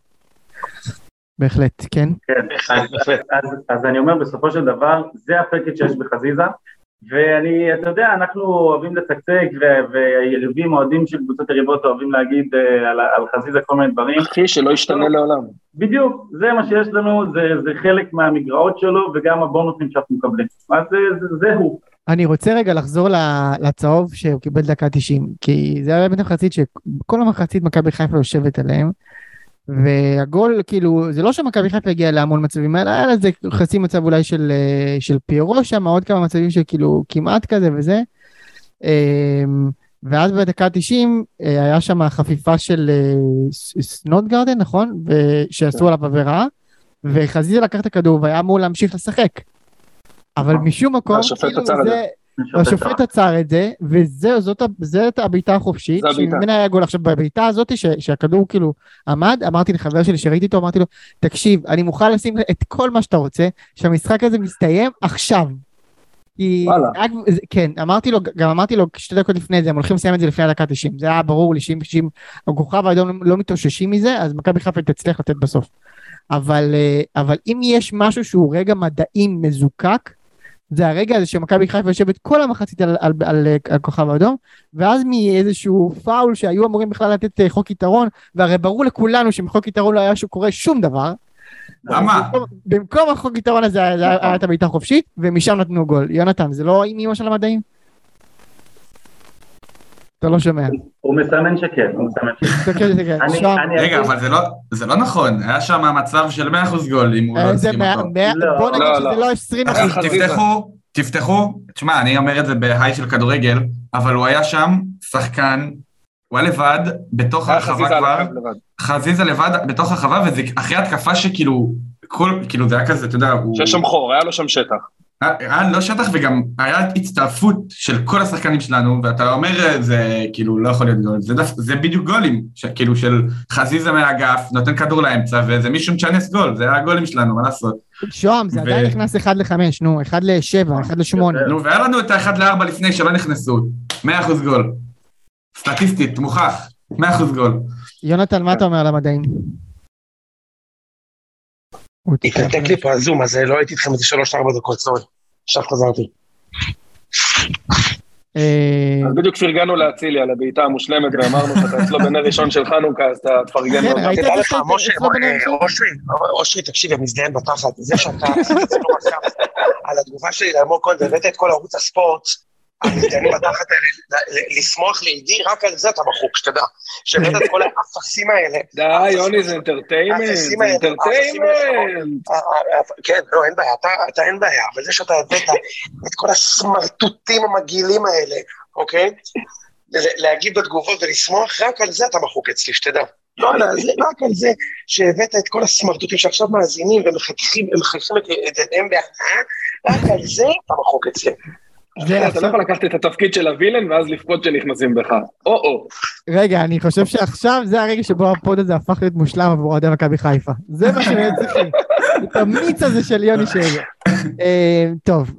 בהחלט, כן? כן, אז אני אומר, בסופו של דבר, זה הפקד שיש בחזיזה, ואני, אתה יודע, אנחנו אוהבים לצקצק, ויריבים, אוהדים של קבוצות יריבות, אוהבים להגיד על חזיזה כל מיני דברים. אחי, שלא ישתנה לעולם. בדיוק, זה מה שיש לנו, זה חלק מהמגרעות שלו, וגם הבונוסים שאנחנו מקבלים. אז זהו. אני רוצה רגע לחזור לצהוב שהוא קיבל דקה תשעים, כי זה היה באמת מחצית שכל המחצית מכבי חיפה יושבת עליהם, והגול כאילו, זה לא שמכבי חיפה הגיע להמון מצבים האלה, היה לזה חצי מצב אולי של, של פירו שם, עוד כמה מצבים שכאילו כמעט כזה וזה, ואז בדקה תשעים היה שם חפיפה של סנודגרדן, נכון? שעשו עליו עבירה, וחזיזה לקח את הכדור והיה אמור להמשיך לשחק. אבל משום מקום, השופט עצר את זה, וזאת הביתה החופשית, שממנה היה גול. עכשיו, בביתה הזאת, שהכדור כאילו עמד, אמרתי לחבר שלי שראיתי אותו, אמרתי לו, תקשיב, אני מוכן לשים את כל מה שאתה רוצה, שהמשחק הזה מסתיים עכשיו. כן, אמרתי לו, גם אמרתי לו, שתי דקות לפני זה, הם הולכים לסיים את זה לפני הדקה תשעים, זה היה ברור לי, שאם הכוכב האדום לא מתאוששים מזה, אז מכבי חיפה תצליח לתת בסוף. אבל, אבל אם יש משהו שהוא רגע מדעי מזוקק, זה הרגע הזה שמכבי חיפה יושבת כל המחצית על, על, על, על כוכב האדום, ואז מאיזשהו פאול שהיו אמורים בכלל לתת חוק יתרון, והרי ברור לכולנו שמחוק יתרון לא היה שקורה שום דבר. למה? במקום, במקום החוק יתרון הזה היה את הביתה חופשית, ומשם נתנו גול. יונתן, זה לא עם אמא של המדעים? אתה לא שומע. הוא מסמן שכן, הוא מסמן שכן. רגע, אבל זה לא נכון, היה שם מצב של מאה אחוז גול, אם הוא לא הסכים אותו. בוא נגיד שזה לא עשרים אחוז. תפתחו, תפתחו, תשמע, אני אומר את זה בהיי של כדורגל, אבל הוא היה שם שחקן, הוא היה לבד, בתוך הרחבה כבר, חזיזה לבד, בתוך הרחבה, וזה אחרי התקפה שכאילו, כאילו זה היה כזה, אתה יודע, הוא... שיש שם חור, היה לו שם שטח. היה לא שטח, וגם היה הצטרפות של כל השחקנים שלנו, ואתה אומר, זה כאילו לא יכול להיות גול, זה, זה בדיוק גולים, כאילו של חזיזה מהאגף, נותן כדור לאמצע, וזה מישהו מצ'אנס גול, זה היה הגולים שלנו, מה לעשות? שום, זה עדיין נכנס אחד לחמש, נו, אחד לשבע, אחד לשמונה. נו, והיה לנו את האחד לארבע לפני שלא נכנסו, מאה אחוז גול. סטטיסטית, מוכח, מאה אחוז גול. יונתן, מה אתה אומר על המדעים? התנתק לי פה הזום, אז לא הייתי איתכם איזה שלוש ארבע דקות, סורי. עכשיו חזרתי. אז בדיוק פרגנו להצילי על הבעיטה המושלמת, ואמרנו שאתה אצלו בנר ראשון של חנוכה, אז אתה תפרגן לו. תדע לך, משה, אושרי, תקשיב, המזדיין בתחת, זה שאתה על התגובה שלי לאמור קודם, הבאת את כל ערוץ הספורט, המזדיינים בתחת האלה, לשמוח לידי, רק על זה אתה מחוק, שתדע. שבאת את כל האפסים האלה. די, יוני, זה אינטרטיימנט, זה אינטרטיימנט. כן, לא, אין בעיה, אתה אין בעיה, אבל זה שאתה הבאת את כל הסמרטוטים המגעילים האלה, אוקיי? להגיד בתגובות ולשמוח, רק על זה אתה מחוק אצלי, שתדע. לא, רק על זה שהבאת את כל הסמרטוטים שעכשיו מאזינים ומחכים את הם בהנאה, רק על זה אתה מחוק אצלי. אתה לא יכול לקחת את התפקיד של הווילן ואז לפקוד שנכנסים בך, או-או. רגע, אני חושב שעכשיו זה הרגע שבו הפוד הזה הפך להיות מושלם עבור אוהדי מכבי חיפה. זה מה שאני צריכים. את המיץ הזה של יוני שגר. טוב.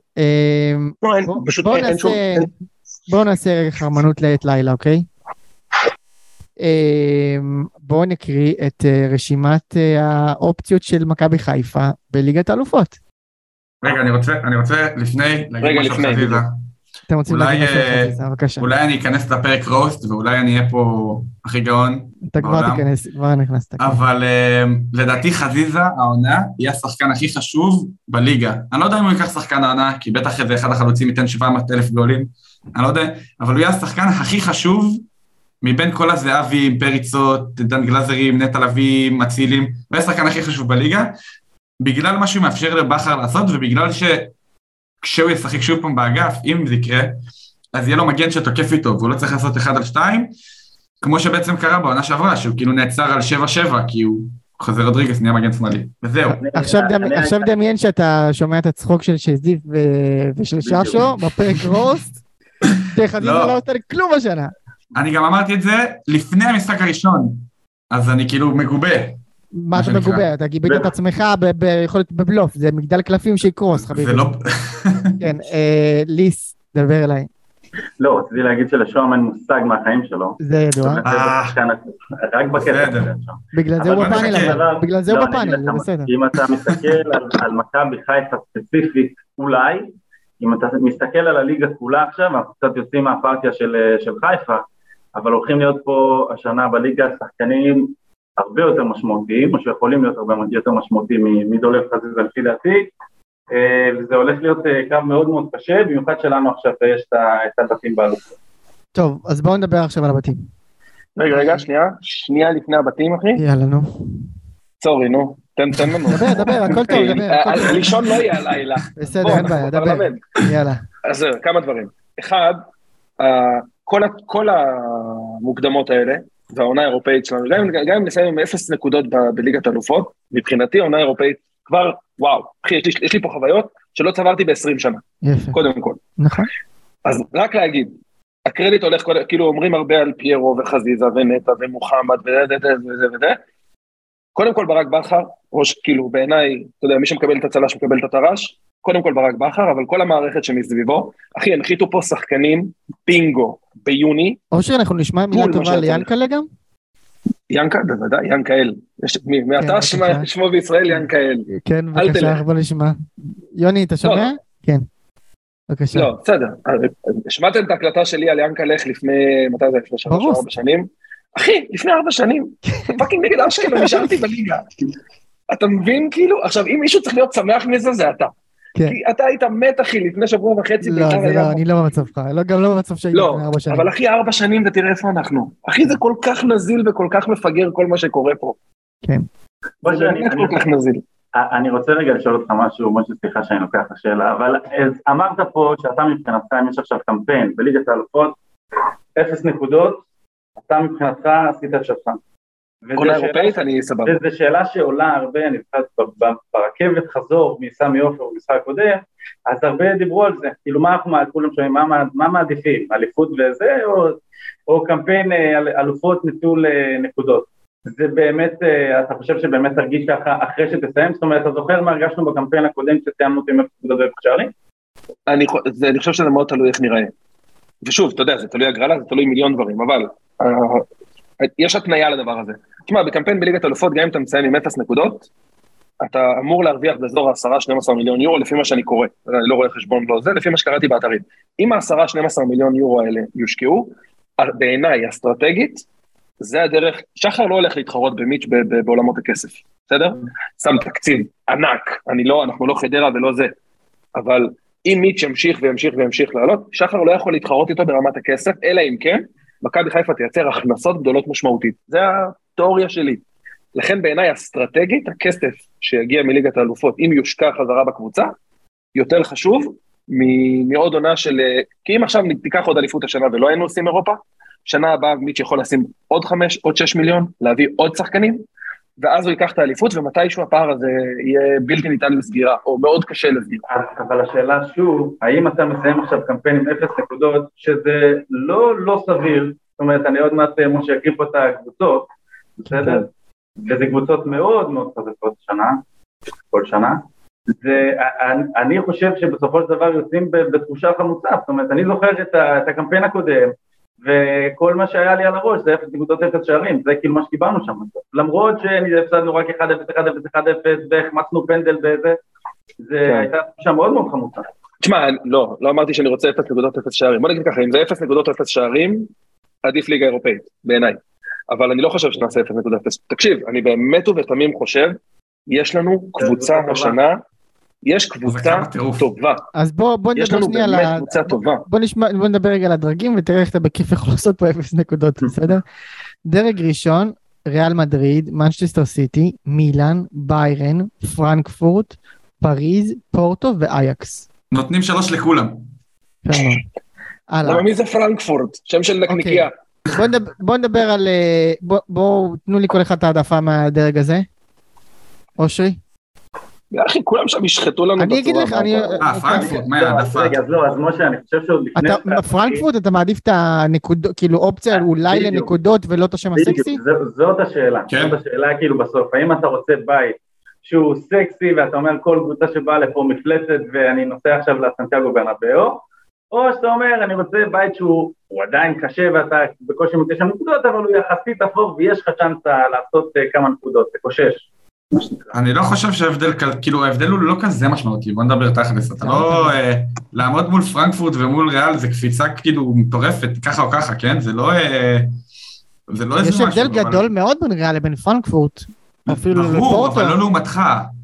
בואו נעשה רגע חרמנות לעת לילה, אוקיי? בואו נקריא את רשימת האופציות של מכבי חיפה בליגת האלופות. רגע, אני רוצה, אני רוצה לפני, רגע, לפני, חזיזה. אתם רוצים להגיד משהו חזיזה, בבקשה. אולי אני אכנס לפרק רוסט, ואולי אני אהיה פה הכי גאון אתה כבר תיכנס, כבר נכנסת. אבל לדעתי חזיזה, העונה, היא השחקן הכי חשוב בליגה. אני לא יודע אם הוא ייקח שחקן העונה, כי בטח איזה אחד החלוצים ייתן שבע מאות אלף גולים, אני לא יודע, אבל הוא יהיה השחקן הכי חשוב מבין כל הזהבים, פריצות, דן גלזרים, נטע לביא, מצילים, הוא יהיה השחקן הכי חשוב בליגה, בגלל מה שהוא מאפשר לבחר לעשות, ובגלל שכשהוא ישחק שוב פעם באגף, אם זה יקרה, אז יהיה לו מגן שתוקף איתו, והוא לא צריך לעשות אחד על שתיים, כמו שבעצם קרה בעונה שעברה, שהוא כאילו נעצר על שבע שבע, כי הוא חוזר רודריגס, נהיה מגן שמאלי, וזהו. עכשיו דמיין שאתה שומע את הצחוק של שזיף ושל ששו, בפרק רוסט, חזיזה לא עושה כלום השנה. אני גם אמרתי את זה לפני המשחק הראשון, אז אני כאילו מגובה. מה אתה מגובה? אתה גיבית את עצמך ביכולת בבלוף, זה מגדל קלפים שיקרוס, חביבי. זה לא... כן, ליס, דבר אליי. לא, רציתי להגיד שלשוהם אין מושג מהחיים שלו. זה ידוע. רק בקטע. בגלל זה הוא בפאנל, בגלל זה הוא בפאנל, זה בסדר. אם אתה מסתכל על מכבי חיפה ספציפית, אולי, אם אתה מסתכל על הליגה כולה עכשיו, אנחנו קצת יוצאים מהפרטיה של חיפה, אבל הולכים להיות פה השנה בליגה שחקנים הרבה יותר משמעותיים, או שיכולים להיות הרבה יותר משמעותיים מדולב חזיזה לפי דעתי, וזה הולך להיות קרב מאוד מאוד קשה, במיוחד שלנו עכשיו יש את הבתים באלופות. טוב, אז בואו נדבר עכשיו על הבתים. רגע, רגע, שנייה, שנייה לפני הבתים, אחי. יאללה, נו. סורי, נו, תן, תן לנו. דבר, דבר, הכל טוב, דבר. לישון לא יהיה הלילה. בסדר, אין בעיה, דבר. יאללה. אז זהו, כמה דברים. אחד, כל המוקדמות האלה, והעונה האירופאית שלנו, גם אם נסיים עם אפס נקודות בליגת האלופות, מבחינתי העונה האירופאית כבר, וואו, אחי, יש לי, יש לי פה חוויות שלא צברתי ב-עשרים שנה. יפה. קודם כל. נכון. אז רק להגיד, הקרדיט הולך, כאילו אומרים הרבה על פיירו וחזיזה ונטע ומוחמד וזה וזה וזה וזה. קודם כל ברק בכר, ראש, כאילו בעיניי, אתה יודע, מי שמקבל את הצלה שמקבל את הטרש, קודם כל ברק בכר, אבל כל המערכת שמסביבו, אחי, הנחיתו פה שחקנים בינגו ביוני. או שאנחנו נשמע מילה טובה ליאנקלה גם? ינקה, בוודאי, ינקאל. מעתה שמו בישראל ינקאל. כן, בבקשה, בוא נשמע. יוני, אתה שומע? כן. בבקשה. לא, בסדר. שמעתם את ההקלטה שלי על ינקלך לפני, מתי זה? לפני שלוש ארבע שנים? אחי, לפני ארבע שנים. פאקינג נגד אשקלון, נשארתי בליגה. אתה מבין כאילו? עכשיו, אם מישהו צריך להיות שמח מזה, זה אתה. כי אתה היית מת, אחי, לפני שבוע וחצי. לא, זה לא, אני לא במצבך, גם לא במצב שהייתי לפני ארבע שנים. אבל אחי, ארבע שנים ותראה איפה אנחנו. אחי, זה כל כך נזיל וכל כך מפגר כל מה שקורה פה. כן. זה באמת כל כך נזיל. אני רוצה רגע לשאול אותך משהו, משה, סליחה שאני לוקח את השאלה, אבל אמרת פה שאתה מבחינתך, אם יש עכשיו קמפיין בליגת האלופות, אפס נקודות, אתה מבחינתך עשית את שלך. עונה אירופאית, אני סבבה. וזו שאלה שעולה הרבה, אני חושב, ברכבת חזור מסמי עופר במשחק הקודם, אז הרבה דיברו על זה, כאילו מה אנחנו כולם שומעים, מה מעדיפים, אליפות וזה, או קמפיין אלופות נטול נקודות. זה באמת, אתה חושב שבאמת תרגיש ככה אחרי שתסיים? זאת אומרת, אתה זוכר מה הרגשנו בקמפיין הקודם שסיימנו אותי עם נקודות ואפס שערים? אני חושב שזה מאוד תלוי איך נראה. ושוב, אתה יודע, זה תלוי הגרלה, זה תלוי מיליון דברים, אבל יש התניה לדבר הזה. תשמע, בקמפיין בליגת האלופות, גם אם אתה מסיים עם אפס נקודות, אתה אמור להרוויח באזור ה-עשרה עד שנים עשר מיליון יורו, לפי מה שאני קורא, אני לא רואה חשבון לא זה, לפי מה שקראתי באתרים. אם ה-עשרה עד שנים עשר מיליון יורו האלה יושקעו, בעיניי אסטרטגית, זה הדרך, שחר לא הולך להתחרות במיץ' בעולמות הכסף, בסדר? שם תקציב ענק, אני לא, אנחנו לא חדרה ולא זה, אבל אם מיץ' ימשיך וימשיך וימשיך לעלות, שחר לא יכול להתחרות איתו ברמת הכסף, אלא אם כן, מכבי חיפה תייצר הכנסות גדולות משמעותית. זה התיאוריה שלי. לכן בעיניי אסטרטגית, הכסף שיגיע מליגת האלופות, אם יושקע חזרה בקבוצה, יותר חשוב מעוד עונה של, כי אם עכשיו תיקח עוד אליפות השנה ולא היינו עושים אירופה, שנה הבאה מיץ' יכול לשים עוד חמש, עוד שש מיליון, להביא עוד שחקנים, ואז הוא ייקח את האליפות, ומתישהו הפער הזה יהיה בלתי ניתן לסגירה, או מאוד קשה לסגירה. אבל השאלה שוב, האם אתה מסיים עכשיו קמפיין עם אפס נקודות, שזה לא לא סביר, זאת אומרת, אני עוד מעט משה יקריא פה את הקבוצות, בסדר? וזה קבוצות מאוד מאוד חזקות שנה, כל שנה, זה, אני חושב שבסופו של דבר יוצאים בתחושה חמוצה, זאת אומרת, אני זוכר את, ה, את הקמפיין הקודם, וכל מה שהיה לי על הראש זה אפס נקודות אפס שערים, זה כאילו מה שקיבלנו שם, למרות שהפסדנו רק אחד אפס אחד אפס אחד אפס, והחמצנו פנדל באיזה, זה הייתה תחושה מאוד מאוד חמוצה. תשמע, לא, לא אמרתי שאני רוצה אפס נקודות אפס שערים, בוא נגיד ככה, אם זה אפס נקודות אפס שערים, עדיף ליגה אירופאית, בעיניי. אבל אני לא חושב שנעשה אפס נקודות אפס. תקשיב, אני באמת ובתמים חושב, יש לנו קבוצה השנה, יש קבוצה טובה. אז בוא נדבר שנייה על ה... בוא נדבר רגע על הדרגים, ותראה איך אתה בכיף יכול לעשות פה אפס נקודות, בסדר? דרג ראשון, ריאל מדריד, מנצ'סטר סיטי, מילאן, ביירן, פרנקפורט, פריז, פורטו ואייקס. נותנים שלוש לכולם. אבל מי זה פרנקפורט? שם של נקניקיה. בוא נדבר על... בואו, תנו לי כל אחד את העדפה מהדרג הזה. אושרי? אחי, כולם שם ישחטו לנו בצורה. אני אגיד לך, אני... אה, פרנקפורט, מה העדפה? רגע, אז לא, אז משה, אני חושב שעוד לפני... פרנקפורט, אתה מעדיף את הנקודות, כאילו אופציה אולי לנקודות ולא את השם הסקסי? זאת השאלה, זאת השאלה כאילו בסוף, האם אתה רוצה בית שהוא סקסי, ואתה אומר כל קבוצה שבאה לפה מפלצת, ואני נוסע עכשיו לסנטיאגו ברנבאו, או שאתה אומר, אני רוצה בית שהוא עדיין קשה, ואתה בקושי מוצא שם נקודות, אבל הוא יחסית אפור, ויש לך צ'אנס לעשות כמה נקודות, זה קושש. אני לא חושב שההבדל, כאילו ההבדל הוא לא כזה משמעותי, בוא נדבר תכלס, אתה לא, לעמוד מול פרנקפורט ומול ריאל, זה קפיצה כאילו מטורפת, ככה או ככה, כן? זה לא, זה לא איזה משהו. יש הבדל גדול מאוד בין ריאל לבין פרנקפורט. ברור, אבל לא לעומתך.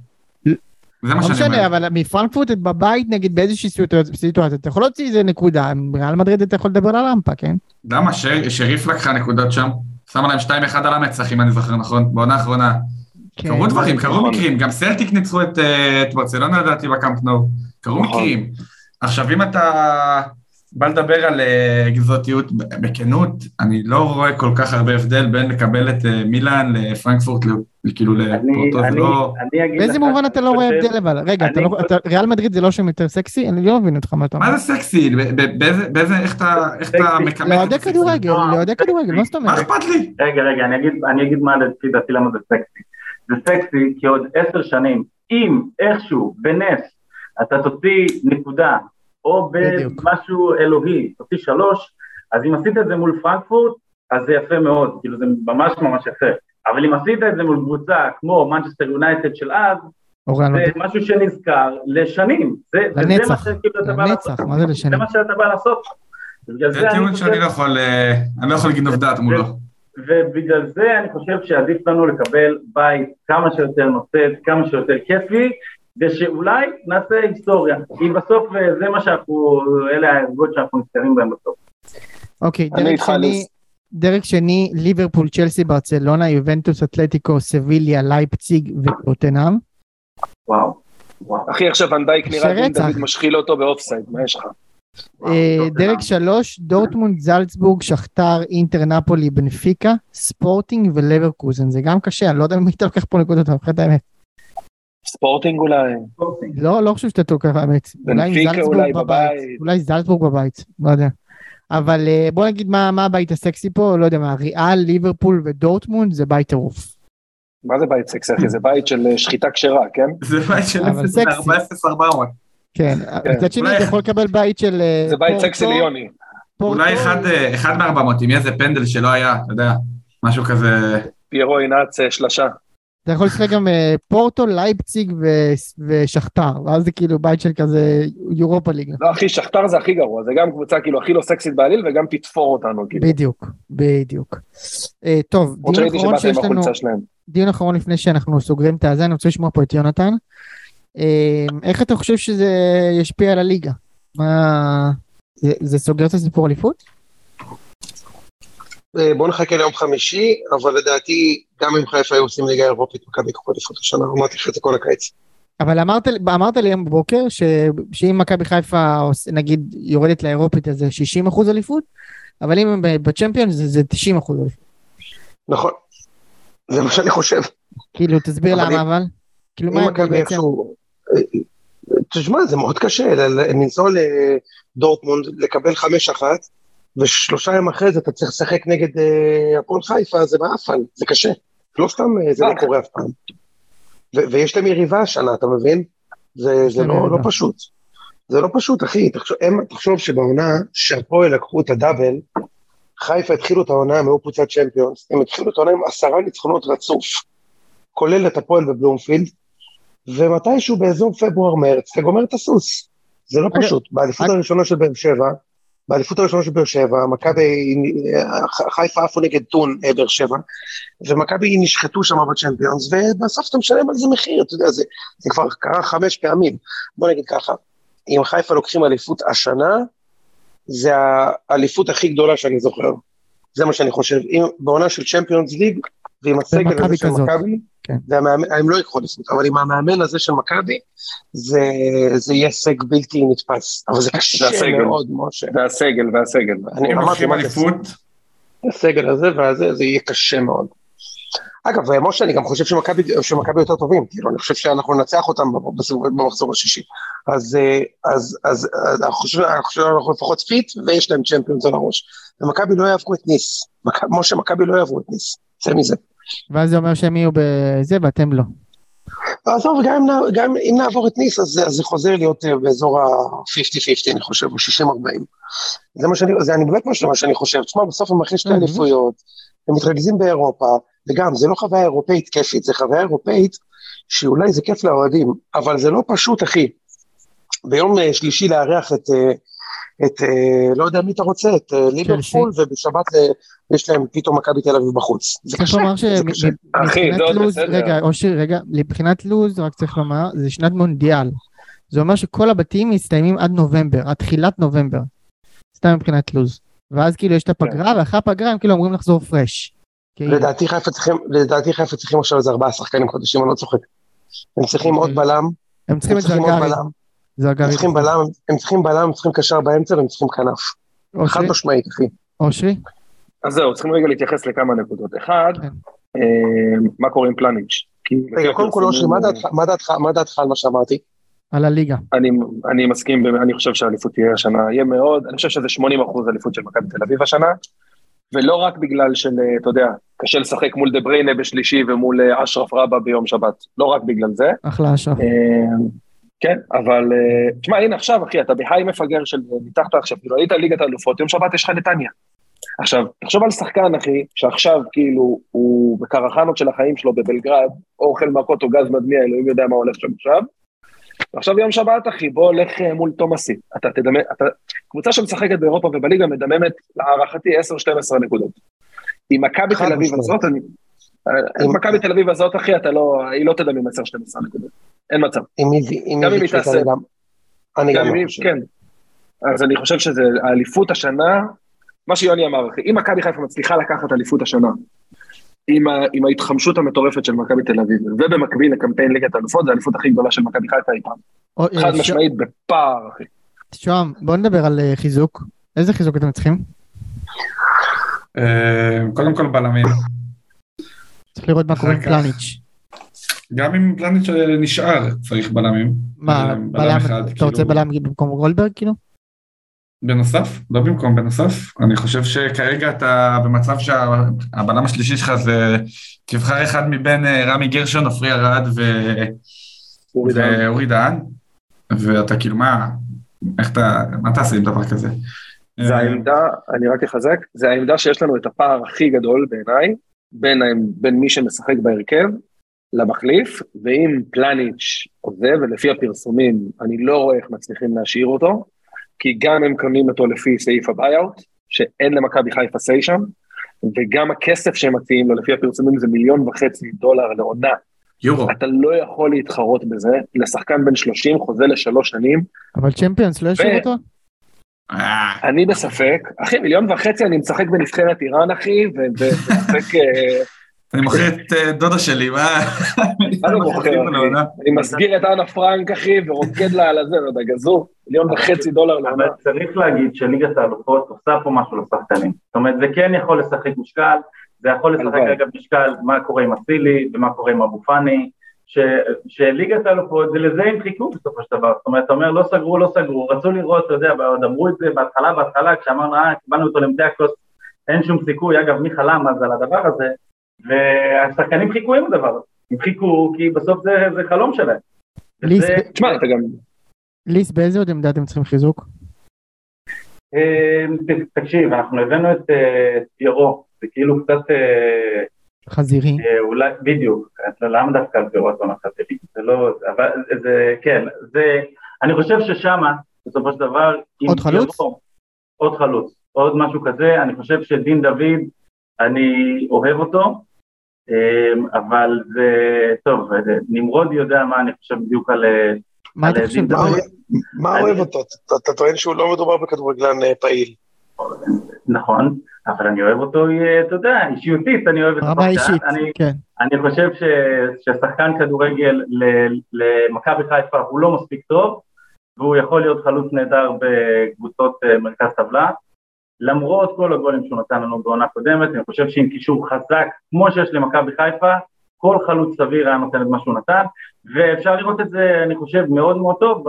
זה מה שאני אומר. אבל מפרנקפורט בבית נגיד באיזושהי סיטואציה, אתה יכול להוציא איזה נקודה, ריאל מדריד אתה יכול לדבר על הרמפה, כן? למה? שריף לקחה נקודות שם, שמה להם שתיים אחד על המצח, אם אני זוכר נכון, בעונה האחרונה. קרו דברים, קרו מקרים, גם סלטיק ניצחו את ברצלונה לדעתי בקאמפ נו, קרו מקרים. עכשיו אם אתה בא לדבר על גזעותיות בכנות, אני לא רואה כל כך הרבה הבדל בין לקבל את מילאן לפרנקפורט, כאילו לפורטו, ולא... באיזה מובן אתה לא רואה הבדל אבל? רגע, ריאל מדריד זה לא שם יותר סקסי? אני לא מבין אותך מה אתה אומר. מה זה סקסי? באיזה, איך אתה מקמת? לעודי כדורגל, לעודי כדורגל, מה זאת אומרת? מה אכפת לי? רגע, רגע, אני אגיד מה לדעתי למה זה סקסי. זה סקסי כי עוד עשר שנים, אם איכשהו בנס אתה תוציא נקודה, או במשהו אלוהי, תוציא שלוש, אז אם עשית את זה מול פרנקפורט, אז זה יפה מאוד, כאילו זה ממש ממש יפה. אבל אם עשית את זה מול קבוצה כמו מנצ'סטר יונייטד של אז, זה משהו שנזכר לשנים. לנצח, לנצח, מה זה לשנים? זה מה שאתה בא לעשות. זה טיעון שאני לא יכול, אני לא יכול לגנוב דעת מולו. ובגלל זה אני חושב שעדיף לנו לקבל בית כמה שיותר נוצץ, כמה שיותר כיפי, ושאולי נעשה היסטוריה, כי בסוף זה מה שאנחנו, אלה הערגות שאנחנו נזכרים בהם בסוף. אוקיי, דרג שני, דרג שני, ליברפול, צ'לסי, ברצלונה, יובנטוס, אתלטיקו, סביליה, לייפציג וטוטנהאם. וואו, וואו. אחי, עכשיו ונדייק נראה דין דוד משחיל אותו באופסייד, מה יש לך? דרג שלוש, דורטמונד, זלצבורג, שכתר, אינטר, נפולי, בנפיקה, ספורטינג ולברקוזן. זה גם קשה, אני לא יודע מי אתה לוקח פה נקודות, אני חושב האמת. ספורטינג אולי. לא, לא חושב שאתה תוקף האמת. בנפיקה אולי בבית. אולי זלצבורג בבית, לא יודע. אבל בוא נגיד מה הבית הסקסי פה, לא יודע מה, ריאל, ליברפול ודורטמונד זה בית טירוף. מה זה בית סקסי אחי? זה בית של שחיטה כשרה, כן? זה בית של ארבע אפס ארבע מאות. כן, מצד שני אתה יכול לקבל בית של... זה בית סקסי ליוני. אולי אחד מ-ארבע מאות, אם יהיה איזה פנדל שלא היה, אתה יודע, משהו כזה... פיירו ינץ שלשה. אתה יכול לשחק גם פורטו, לייפציג ושכתר, ואז זה כאילו בית של כזה יורופה ליגה. לא אחי, שכתר זה הכי גרוע, זה גם קבוצה כאילו הכי לא סקסית בעליל, וגם תתפור אותנו. בדיוק, בדיוק. טוב, דיון אחרון שיש לנו, דיון אחרון לפני שאנחנו סוגרים את הזה, אני רוצה לשמוע פה את יונתן. איך אתה חושב שזה ישפיע על הליגה? מה... זה סוגר את הסיפור אליפות? בוא נחכה ליום חמישי, אבל לדעתי גם אם חיפה היו עושים ליגה אירופית מכבי יקחו אליפות השנה, אמרתי לך את זה כל הקיץ. אבל אמרת, אמרת לי היום בבוקר ש... שאם מכבי חיפה נגיד יורדת לאירופית אז זה שישים אחוז אליפות, אבל אם בצ'מפיון זה, זה תשעים אחוז אליפות. נכון, זה מה שאני חושב. כאילו תסביר למה אבל? כאילו מה מכבי איכשהו... תשמע, זה מאוד קשה, לנסוע לדורטמונד, לקבל חמש אחת, ושלושה ימים אחרי זה אתה צריך לשחק נגד הפועל חיפה, זה מאפן, זה קשה. לא סתם זה לא קורה אף פעם. ויש להם יריבה השנה, אתה מבין? זה לא פשוט. זה לא פשוט, אחי. תחשוב שבעונה שהפועל לקחו את הדאבל, חיפה התחילו את העונה, הם היו קבוצת צ'מפיונס, הם התחילו את העונה עם עשרה ניצחונות רצוף, כולל את הפועל בבלומפילד, ומתישהו באזור פברואר מרץ, אתה גומר את הסוס. זה לא פשוט. באליפות הראשונה של באר שבע, באליפות הראשונה של באר שבע, מכבי, חיפה עפו נגד טון באר שבע, ומכבי נשחטו שם בצ'מפיונס, ובסוף אתה משלם על זה מחיר, אתה יודע, זה, זה כבר קרה חמש פעמים. בוא נגיד ככה, אם חיפה לוקחים אליפות השנה, זה האליפות הכי גדולה שאני זוכר. זה מה שאני חושב. אם בעונה של צ'מפיונס ליג, ועם הסגל הזה של מכבי, הם לא יקחו אליפות, אבל עם המאמן הזה של מכבי, זה יהיה הישג בלתי נתפס, אבל זה קשה מאוד, משה. והסגל, והסגל. אם לוקחים אליפות? הסגל הזה והזה, זה יהיה קשה מאוד. אגב, משה, אני גם חושב שמכבי יותר טובים, כאילו, אני חושב שאנחנו ננצח אותם במחזור השישי. אז אני חושב שאנחנו לפחות פיט, ויש להם צ'מפיונס על הראש. ומכבי לא יעברו את ניס. משה, מכבי לא יעברו את ניס. זה מזה. ואז זה אומר שהם יהיו בזה, ואתם לא. עזוב, גם אם נעבור את ניס, אז זה חוזר להיות באזור ה-חמישים חמישים, אני חושב, או שישים ארבעים. זה מה שאני, זה אני באמת משהו מה שאני חושב. תשמע, בסוף הם אחרי שתי אליפויות, הם מתרכזים באירופה, וגם, זה לא חוויה אירופאית כיפית, זה חוויה אירופאית, שאולי זה כיף לאוהדים, אבל זה לא פשוט, אחי. ביום שלישי לארח את, את, לא יודע מי אתה רוצה, את ליברפול, ובשבת יש להם פתאום מכבי תל אביב בחוץ. זה קשה, זה קשה. אחי, זה עוד בסדר. רגע, אושרי, רגע, לבחינת לוז, רק צריך לומר, זה שנת מונדיאל. זה אומר שכל הבתים מסתיימים עד נובמבר, עד תחילת נובמבר. סתם מבחינת לוז. ואז כאילו יש את הפגרה, ואחרי הפגרה הם כאילו אומרים לחזור פרש. לדעתי חיפה צריכים, לדעתי חיפה צריכים עכשיו איזה ארבעה שחקנים חודשים, אני לא צוחק. הם צריכים עוד בלם. הם צריכים את זרגרי. הם צריכים בלם, הם צריכים בלם, הם צריכים קשר באמצע, והם צריכים כנף. חד משמעית, אחי. אושרי? אז זהו, צריכים רגע להתייחס לכמה נקודות. אחד, מה קורה עם פלניץ'? רגע, קודם כל, אושרי, מה דעתך על מה שאמרתי? על הליגה. אני מסכים, אני חושב שהאליפות תהיה השנה, יהיה מאוד, אני חושב שזה שמונים אחוז אליפות של מכבי תל אביב השנה, ולא רק בגלל של, אתה יודע, קשה לשחק מול דה בריינה בשלישי ומול אשרף רבא ביום שבת, לא רק בגלל זה. אחלה אשרף. כן, אבל, תשמע, הנה עכשיו, אחי, אתה בהיי מפגר של מתחת עכשיו, כאילו, היית ליגת האלופות, יום שבת יש לך נתניה. עכשיו, תחשוב על שחקן, אחי, שעכשיו, כאילו, הוא בקרחנות של החיים שלו בבלגרד, אוכל מכות או גז מדמיע, אלוהים יודע מה הולך שם עכשיו, ועכשיו יום שבת, אחי, בוא הולך מול תומאסי. אתה תדמה, אתה, קבוצה שמשחקת באירופה ובליגה מדממת, להערכתי עשר שתים עשרה נקודות. עם מכבי תל אביב הזאת, אני, מכבי תל אביב הזאת, אחי, אתה לא, היא לא תדע ממסר שתים עשרה נקודות. אין מצב. גם אם היא תעשה. אני גם לא חושב. כן. אז אני חושב שזה האליפות השנה, מה שיוני אמר, אחי, אם מכבי חיפה מצליחה לקחת אליפות השנה, עם, ה, עם ההתחמשות המטורפת של מכבי תל אביב, ובמקביל לקמפיין ליגת האלופות, זה האליפות הכי גדולה של מכבי חיפה אי פעם. חד ש... משמעית בפער, אחי. שוהם, בוא נדבר על חיזוק. איזה חיזוק אתם צריכים? קודם כל בלמים. צריך לראות מה קורה עם פלניץ'. גם אם פלניץ' נשאר, צריך בלמים. מה, בלם, אתה רוצה בלם במקום גולדברג, כאילו? בנוסף, לא במקום, בנוסף. אני חושב שכרגע אתה במצב שהבלם השלישי שלך זה תבחר אחד מבין רמי גרשון, עופרי ארד ואורי דהן, ואתה כאילו מה, איך אתה, מה תעשה עם דבר כזה? זה העמדה, אני רק אחזק, זה העמדה שיש לנו את הפער הכי גדול בעיניי, בין, בין מי שמשחק בהרכב למחליף, ואם פלניץ' עוזב, ולפי הפרסומים אני לא רואה איך מצליחים להשאיר אותו, כי גם הם קונים אותו לפי סעיף הביי-אוט, שאין למכבי חיפה סי שם, וגם הכסף שהם מציעים לו לפי הפרסומים זה מיליון וחצי דולר לעונה. יורו. אתה לא יכול להתחרות בזה, לשחקן בין שלושים חוזה לשלוש שנים. אבל צ'מפיונס לא ישאיר אותו? אני בספק, אחי מיליון וחצי אני משחק בנבחרת איראן אחי, ומשחק... אני מוכר את דודה שלי, מה? אני מוכר, אני מסגיר את אנה פרנק אחי, ורוקד לה על הזה, לא יודע, גזור, מיליון וחצי דולר לעונה. אבל צריך להגיד שליגת האלופות עושה פה משהו לשחקנים, זאת אומרת זה כן יכול לשחק משקל, זה יכול לשחק רגע משקל, מה קורה עם אצילי, ומה קורה עם אבו פאני, שליגת האלופות, ולזה הם חיכו בסופו של דבר, זאת אומרת, אתה אומר, לא סגרו, לא סגרו, רצו לראות, אתה יודע, אמרו את זה בהתחלה, בהתחלה, כשאמרנו, אה, קיבלנו אותו למדיאקוס, אין שום סיכוי, אגב, מי חלם אז על הדבר הזה, והשחקנים חיכו עם הדבר הזה, הם חיכו, כי בסוף זה, זה חלום שלהם. תשמע, אתה גם... ליס, באיזה עוד עמדה אתם צריכים חיזוק? תקשיב, אנחנו הבאנו את פיירו, זה כאילו קצת... חזירי. אולי, בדיוק, למה דווקא על פירות עונה חזירי? זה לא, אבל זה, כן, זה, אני חושב ששמה, בסופו של דבר, עוד חלוץ? עוד חלוץ, עוד משהו כזה, אני חושב שדין דוד, אני אוהב אותו, אבל זה, טוב, נמרוד יודע מה אני חושב בדיוק על... מה אתה חושב? מה אוהב אותו? אתה טוען שהוא לא מדובר בכדורגלן פעיל. נכון, אבל אני אוהב אותו, אתה יודע, אישיותית, אני אוהב את רמה אישית, כן. אני חושב ששחקן כדורגל למכבי חיפה הוא לא מספיק טוב, והוא יכול להיות חלוץ נהדר בקבוצות מרכז טבלה, למרות כל הגולים שהוא נתן לנו בעונה קודמת, אני חושב שעם קישור חזק, כמו שיש למכבי חיפה, כל חלוץ סביר היה נותן את מה שהוא נתן, ואפשר לראות את זה, אני חושב, מאוד מאוד טוב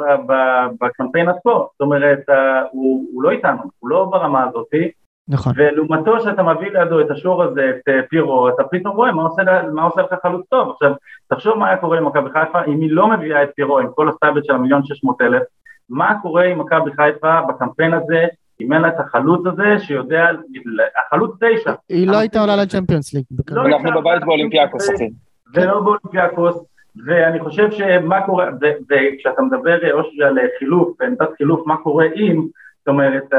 בקמפיין פה, זאת אומרת, הוא, הוא לא איתנו, הוא לא ברמה הזאת, נכון. ולעומתו שאתה מביא לידו את השור הזה, את פירו, אתה פתאום רואה מה עושה, מה עושה לך חלוץ טוב, עכשיו, תחשוב מה היה קורה עם מכבי חיפה, אם היא לא מביאה את פירו, עם כל הסטייבט של המיליון שש מאות אלף, מה קורה עם מכבי חיפה בקמפיין הזה, אם אין לה את החלוץ הזה, שיודע, החלוץ תשע. היא לא הייתה עולה לצ'מפיונס ליג. אנחנו בבית באולימפיאקוס, אחי. ולא באולימפיאקוס, ואני חושב שמה קורה, וכשאתה מדבר או על חילוף, ועמדת חילוף, מה קורה עם, זאת אומרת,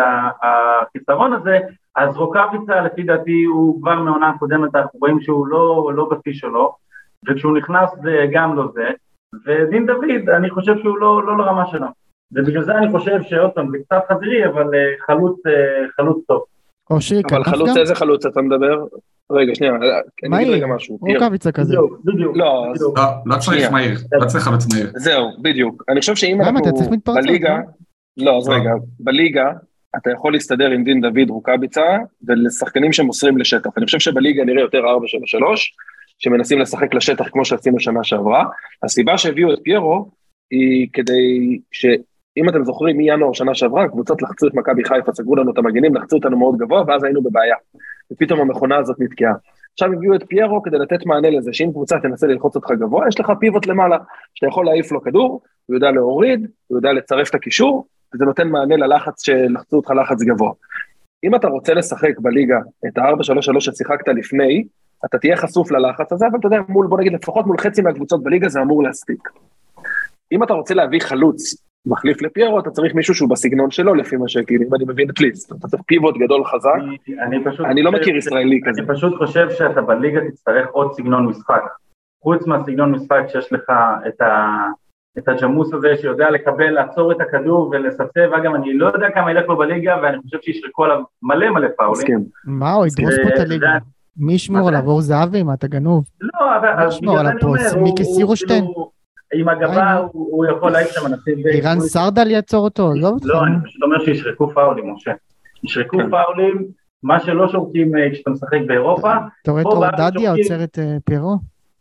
החיסרון הזה, אז רוקאביצה, לפי דעתי, הוא כבר מעונה הקודמת, אנחנו רואים שהוא לא בפי שלו, וכשהוא נכנס זה גם לא זה, ודין דוד, אני חושב שהוא לא לרמה שלו. ובגלל זה אני חושב שעוד פעם, זה קצת חזירי, אבל חלוץ, חלוץ טוב. אבל חלוץ, איזה חלוץ אתה מדבר? רגע, שנייה, אני אגיד רגע משהו. רוקאביצה כזה. בדיוק. לא, לא צריך מהיר, לא צריך חלוץ מהיר. זהו, בדיוק. אני חושב שאם אנחנו בליגה, לא, אז רגע, בליגה, אתה יכול להסתדר עם דין דוד רוקאביצה, ולשחקנים שמוסרים לשטח. אני חושב שבליגה נראה יותר ארבע שלוש שלוש, שמנסים לשחק לשטח כמו שעשינו שנה שעברה. הסיבה שהביאו את פיירו, היא כדי שאם אתם זוכרים מינואר שנה שעברה, קבוצות לחצו את מכבי חיפה, סגרו לנו את המגנים, לחצו אותנו מאוד גבוה, ואז היינו בבעיה. ופתאום המכונה הזאת נתקעה. עכשיו הביאו את פיירו כדי לתת מענה לזה, שאם קבוצה תנסה ללחוץ אותך גבוה, יש לך פיבוט למעלה, שאתה יכול להעיף לו כדור, הוא יודע להוריד, הוא יודע לצרף את הקישור, וזה נותן מענה ללחץ שלחצו אותך לחץ גבוה. אם אתה רוצה לשחק בליגה את ה-ארבע שלוש שלוש ששיחקת לפני, אתה תהיה חשוף ללחץ הזה, אבל אתה יודע, מול, בוא נגיד, לפחות מול חצי מהקבוצות בליגה זה אמור להספיק. אם אתה רוצה להביא חלוץ מחליף לפיירו, אתה צריך מישהו שהוא בסגנון שלו, לפי מה שכאילו, אם אני מבין את ליסט, אתה צריך פיבוט גדול חזק, אני לא מכיר ישראלי כזה. אני פשוט חושב שאתה בליגה תצטרך עוד סגנון משחק, חוץ מהסגנון משחק שיש לך את ה... את הג'מוס הזה שיודע לקבל, לעצור את הכדור ולספסב, אגב, אני לא יודע כמה ילך לו בליגה, ואני חושב שישרקו עליו מלא מלא פאולים. מה, הוא ידרוס פה את הליגה? מי ישמור עליו? אור זהבי? מה, אתה גנוב? לא, אבל... מי ישמור עליו פה? מיקי סירושטיין? עם הגבה הוא יכול להעיף שם אנשים... אירן סרדל יעצור אותו? לא, אני פשוט אומר שישרקו פאולים, משה. ישרקו פאולים, מה שלא שורקים כשאתה משחק באירופה. אתה רואה את אורדדיה עוצר את פיירו?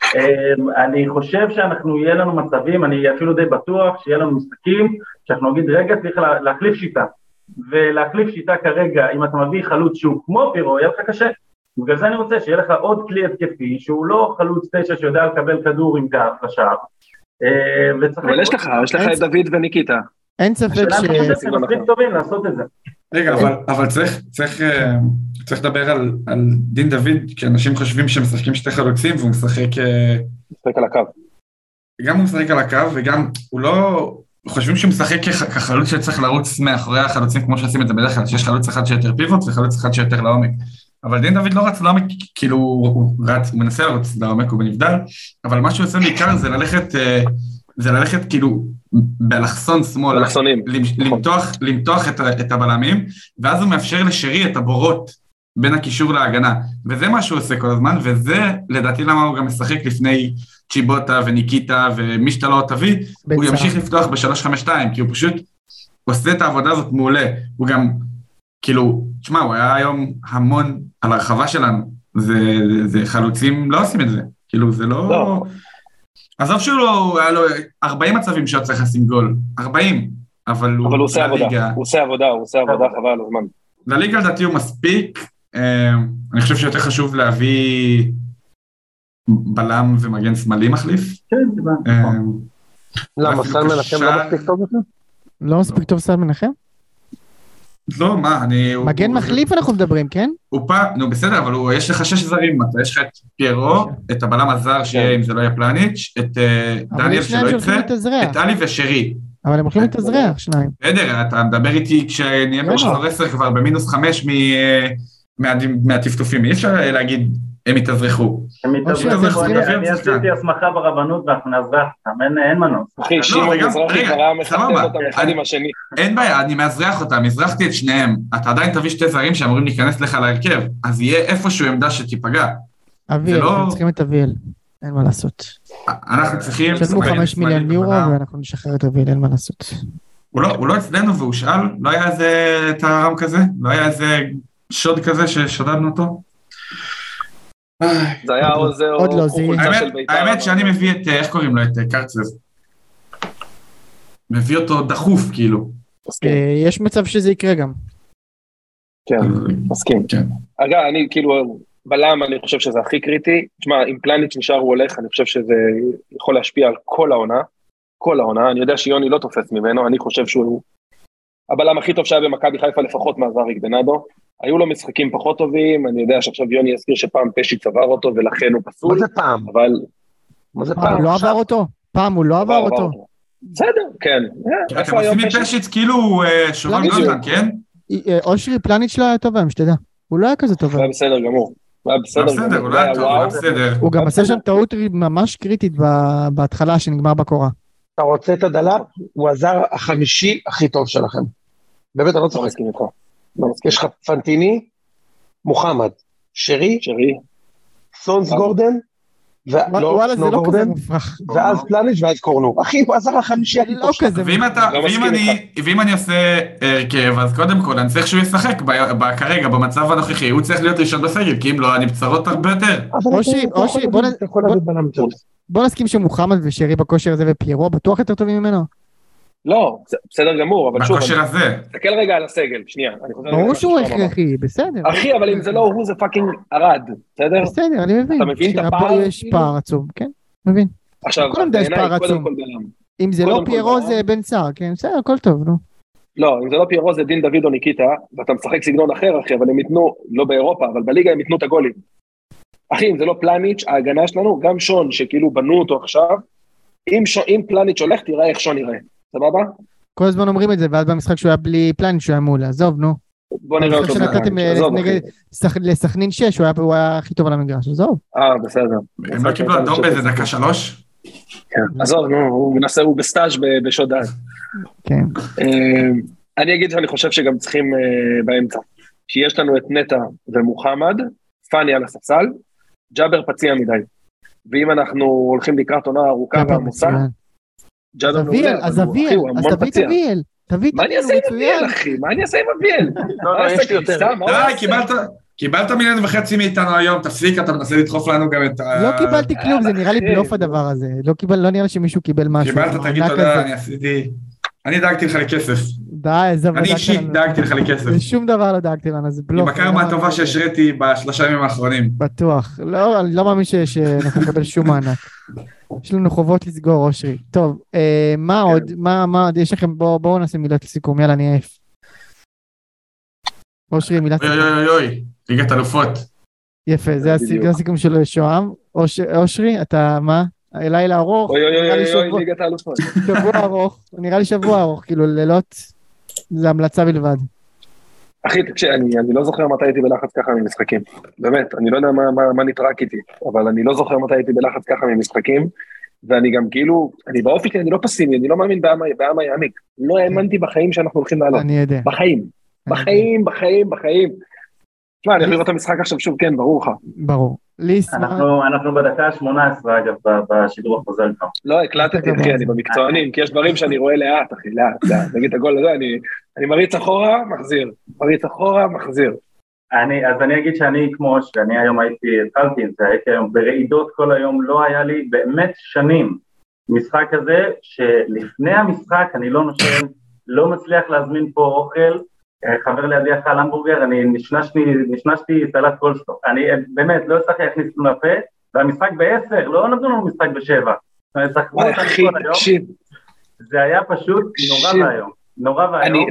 אני חושב שאנחנו, יהיה לנו מצבים, אני אפילו די בטוח שיהיה לנו משחקים, שאנחנו נגיד רגע צריך להחליף שיטה, ולהחליף שיטה כרגע, אם אתה מביא חלוץ שהוא כמו פירו, יהיה לך קשה, בגלל זה אני רוצה שיהיה לך עוד כלי התקפי, שהוא לא חלוץ תשע שיודע לקבל כדור עם גב לשער. אבל יש לך, יש לך את דוד וניקיטה. אין ספק ש... השאלה אני חושב שהם מספיק טובים לעשות את זה. רגע, אבל צריך לדבר על דין דוד, כי אנשים חושבים שהם משחקים שתי חלוצים, והוא משחק... משחק על הקו. גם הוא משחק על הקו, וגם הוא לא... חושבים שהוא משחק כחלוץ שצריך לרוץ מאחורי החלוצים, כמו שעושים את זה בדרך כלל, שיש חלוץ אחד שיותר פיבוט, וחלוץ אחד שיותר לעומק. אבל דין דוד לא רץ לעומק, כאילו הוא רץ, הוא מנסה לרוץ לעומק, הוא בנבדל, אבל מה שהוא עושה בעיקר זה ללכת... זה ללכת כאילו באלכסון שמאל, למתוח, למתוח את, את הבלמים, ואז הוא מאפשר לשרי את הבורות בין הקישור להגנה, וזה מה שהוא עושה כל הזמן, וזה לדעתי למה הוא גם משחק לפני צ'יבוטה וניקיטה, ומי שאתה לא תביא, הוא ימשיך לפתוח ב-שלוש חמש שתיים, כי הוא פשוט עושה את העבודה הזאת מעולה, הוא גם, כאילו, תשמע, הוא היה היום המון על הרחבה שלנו, זה, זה חלוצים לא עושים את זה, כאילו זה לא... לא. עזוב שהוא, היה לו ארבעים מצבים שהוא צריך לשים גול, ארבעים, אבל הוא... אבל הוא עושה עבודה, הוא עושה עבודה, הוא עושה עבודה, חבל על הזמן. לליגה לדעתי הוא מספיק, אני חושב שיותר חשוב להביא בלם ומגן שמאלי מחליף. כן, זה בא. למה, סל מנחם לא מספיק טוב יותר? לא מספיק טוב סל מנחם? לא, מה, אני... מגן מחליף אנחנו מדברים, כן? הוא פעם, נו בסדר, אבל יש לך שש זרים, יש לך את פיירו, את הבלם הזר שיהיה אם זה לא יהיה פלניץ', את דניאל שלא יצא, את אלי ושרי. אבל הם הולכים להתאזרח, שניים. בסדר, אתה מדבר איתי כשנהיה מחזור עשר כבר במינוס חמש מהטפטופים, אי אפשר להגיד הם יתאזרחו. הם יתאזרחו, אני עשיתי הסמכה ברבנות ואנחנו נאזרח אותם, אין מנוס. אחי, שמעון מזרחי קרא מחתב אותם אחד עם השני. אין בעיה, אני מאזרח אותם, הזרחתי את שניהם, אתה עדיין תביא שתי זרים שאמורים להיכנס לך להרכב, אז יהיה איפשהו עמדה שתיפגע. אביאל, אנחנו צריכים את אביאל, אין מה לעשות. אנחנו צריכים... שלמו חמש מיליון יורו ואנחנו נשחרר את אביאל, אין מה לעשות. הוא לא אצלנו והוא שאל, לא היה איזה טעם כזה, לא היה איזה שוד כזה ששודדנו אותו. זה היה או זה או חולצה של בית"ר. האמת שאני מביא את, איך קוראים לו, את קרצב. מביא אותו דחוף, כאילו. יש מצב שזה יקרה גם. כן, מסכים. אגב, אני כאילו, בלם אני חושב שזה הכי קריטי. תשמע, אם פלניץ' נשאר הוא הולך, אני חושב שזה יכול להשפיע על כל העונה. כל העונה. אני יודע שיוני לא תופס ממנו, אני חושב שהוא הבלם הכי טוב שהיה במכבי חיפה לפחות מהזר איגבנדו. היו לו משחקים פחות טובים, אני יודע שעכשיו יוני יזכיר שפעם פשי צבר אותו, ולכן הוא פסול. מה זה פעם? אבל... מה זה פעם? הוא לא עבר אותו. פעם הוא לא עבר אותו. בסדר, כן. אתם עושים מפשיץ כאילו שובל גולדן, כן? אושרי פלניץ' לא היה טוב היום, שתדע. הוא לא היה כזה טוב. הוא היה בסדר גמור. הוא היה בסדר גמור. הוא לא היה טוב, הוא היה בסדר. הוא גם עשה שם טעות ממש קריטית בהתחלה שנגמר בקורה. אתה רוצה את הדלת? הוא הזר החמישי הכי טוב שלכם. באמת, אני לא צריך להסכים איתך. יש לך פנטיני, מוחמד, שרי, שרי, סונס גורדן, וואלה זה לא כזה מופרך. ואז פלניץ' ואז קורנו. אחי, הוא עזר החמישי הכי טוב שלכם. ואם אני עושה הרכב, אז קודם כל, אני צריך שהוא ישחק כרגע, במצב הנוכחי, הוא צריך להיות ראשון בסגל, כי אם לא, אני בצרות הרבה יותר. אושי, אושי, בוא נסכים שמוחמד ושרי בכושר הזה ופיירו בטוח יותר טובים ממנו. לא, בסדר גמור, אבל שוב, בכושר הזה. תסתכל רגע על הסגל, שנייה. ברור שהוא הכרחי, בסדר. אחי, אבל אם זה לא הוא, זה פאקינג ערד, בסדר? בסדר, אני מבין. אתה מבין את הפער? יש פער עצום, כן? מבין. עכשיו, בעיניי, קודם כל בלם. אם זה לא פיירו, זה בן סער, כן? בסדר, הכל טוב, נו. לא, אם זה לא פיירו, זה דין דוד או ניקיטה, ואתה משחק סגנון אחר, אחי, אבל הם ייתנו, לא באירופה, אבל בליגה הם ייתנו את הגולים. אחי, אם זה לא פלניץ', ההגנה שלנו, גם שון, שכאילו בנו אותו עכשיו, אם פלניץ' הולך, תראה איך שון יראה. סבבה? כל הזמן אומרים את זה, ואז במשחק שהוא היה בלי פלניץ' שהוא היה מול, עזוב, נו. בוא נראה אותו. שנתתם לסכנין שש, הוא היה הכי טוב על המגרש, עזוב. אה, בסדר. הם לא קיבלו אדום באיזה דקה שלוש? עזוב, נו, הוא מנסה, הוא בסטאז' בשודן. כן. אני אגיד שאני חושב שגם צריכים באמצע, כי יש לנו את נטה ומוחמד, פני על הספסל, ג'אבר פציע מדי. ואם אנחנו הולכים לקראת עונה ארוכה ועמוסה, ג'אבר מעולה, אז אביאל, אז תביא תביאל. מה אני אעשה עם אביאל, אחי? מה אני אעשה עם אביאל? לא, לא, יש לי יותר. די, קיבלת מיליון וחצי מאיתנו היום, תפסיק, אתה מנסה לדחוף לנו גם את ה... לא קיבלתי כלום, זה נראה לי בלוף הדבר הזה. לא נראה לי שמישהו קיבל משהו. קיבלת, תגיד תודה, אני עשיתי... אני דאגתי לך לכסף. די, זה... אני אישית דאגתי לך לכסף. שום דבר לא דאגתי לנו, זה בלוף. עם הקרמה הטובה שהשריתי בשלושה ימים האחרונים. בטוח. לא, אני לא מאמין שאנחנו נקבל שום מענק. יש לנו חובות לסגור, אושרי. טוב, מה עוד? מה עוד? יש לכם, בואו נעשה מילות לסיכום, יאללה, אני עייף. אושרי, מילת סיכום. אוי, אוי, אוי, ליגת אלופות. יפה, זה הסיכום של שוהם. אושרי, אתה מה? לילה ארוך. אוי, אוי, אוי, אוי, ליגת אלופות. שבוע ארוך, נראה לי שבוע ארוך, כאילו לילות, זה המלצה בלבד. אחי, תקשיב, אני לא זוכר מתי הייתי בלחץ ככה ממשחקים. באמת, אני לא יודע מה נתרק איתי, אבל אני לא זוכר מתי הייתי בלחץ ככה ממשחקים, ואני גם כאילו, אני באופי, אני לא פסימי, אני לא מאמין בעם היעמיק. לא האמנתי בחיים שאנחנו הולכים לעלות. אני יודע. בחיים. בחיים, בחיים, בחיים. תשמע, אני אעביר את המשחק עכשיו שוב, כן, ברור לך. ברור. ליס, אנחנו בדקה ה-שמונה עשרה, אגב, בשידור החוזר כבר. לא, הקלטתי, אחי, אני במקצוענים, כי יש דברים שאני רואה לאט, אחי, לאט, לאט. נגיד את הגול הזה, אני מריץ אחורה, מחזיר. מריץ אחורה, מחזיר. אז אני אגיד שאני כמו שאני היום הייתי, התחלתי עם זה, הייתי היום ברעידות כל היום, לא היה לי באמת שנים משחק הזה, שלפני המשחק אני לא נושם, לא מצליח להזמין פה אוכל, חבר לידי אכל המבורגר, אני נשנשתי, נשנשתי סלט קולסטוק, אני באמת לא הצלחתי להכניס לנו לפה, והמשחק בעשר, לא נתנו לנו משחק בשבע, אחי, תקשיב. זה היה פשוט נורא והיום, נורא והיום.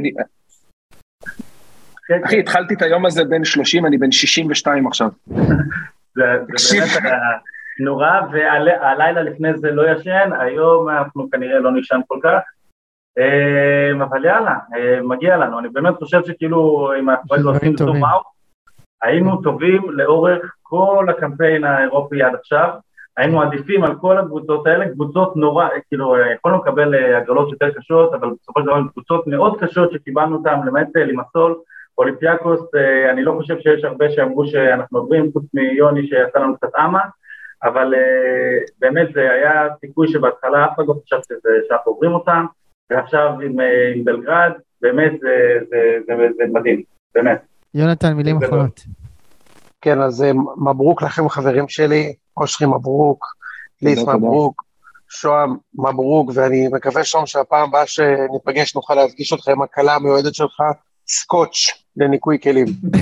אחי, התחלתי את היום הזה בין שלושים, אני בין שישים ושתיים עכשיו. זה באמת נורא, והלילה לפני זה לא ישן, היום אנחנו כנראה לא נשן כל כך, אבל יאללה, מגיע לנו, אני באמת חושב שכאילו, אם אנחנו היינו עושים זום אאוט, היינו טובים לאורך כל הקמפיין האירופי עד עכשיו, היינו עדיפים על כל הקבוצות האלה, קבוצות נורא, כאילו, יכולנו לקבל הגרלות יותר קשות, אבל בסופו של דבר קבוצות מאוד קשות שקיבלנו אותן, למעט לימסול, אולימפיאקוס, אני לא חושב שיש הרבה שאמרו שאנחנו עוברים, חוץ מיוני שיצא לנו קצת אמה, אבל באמת זה היה סיכוי שבהתחלה אף אחד לא חשב שאנחנו עוברים אותם, ועכשיו עם, עם בלגרד, באמת זה, זה, זה, זה מדהים, באמת. יונתן, מילים אחרונות. כן, אז מברוק לכם חברים שלי, אושרי מברוק, ליס מברוק, שוהם מברוק, ואני מקווה שום שהפעם הבאה שניפגש נוכל להפגיש אותך עם הקלה המיועדת שלך, סקוץ' לניקוי כלים.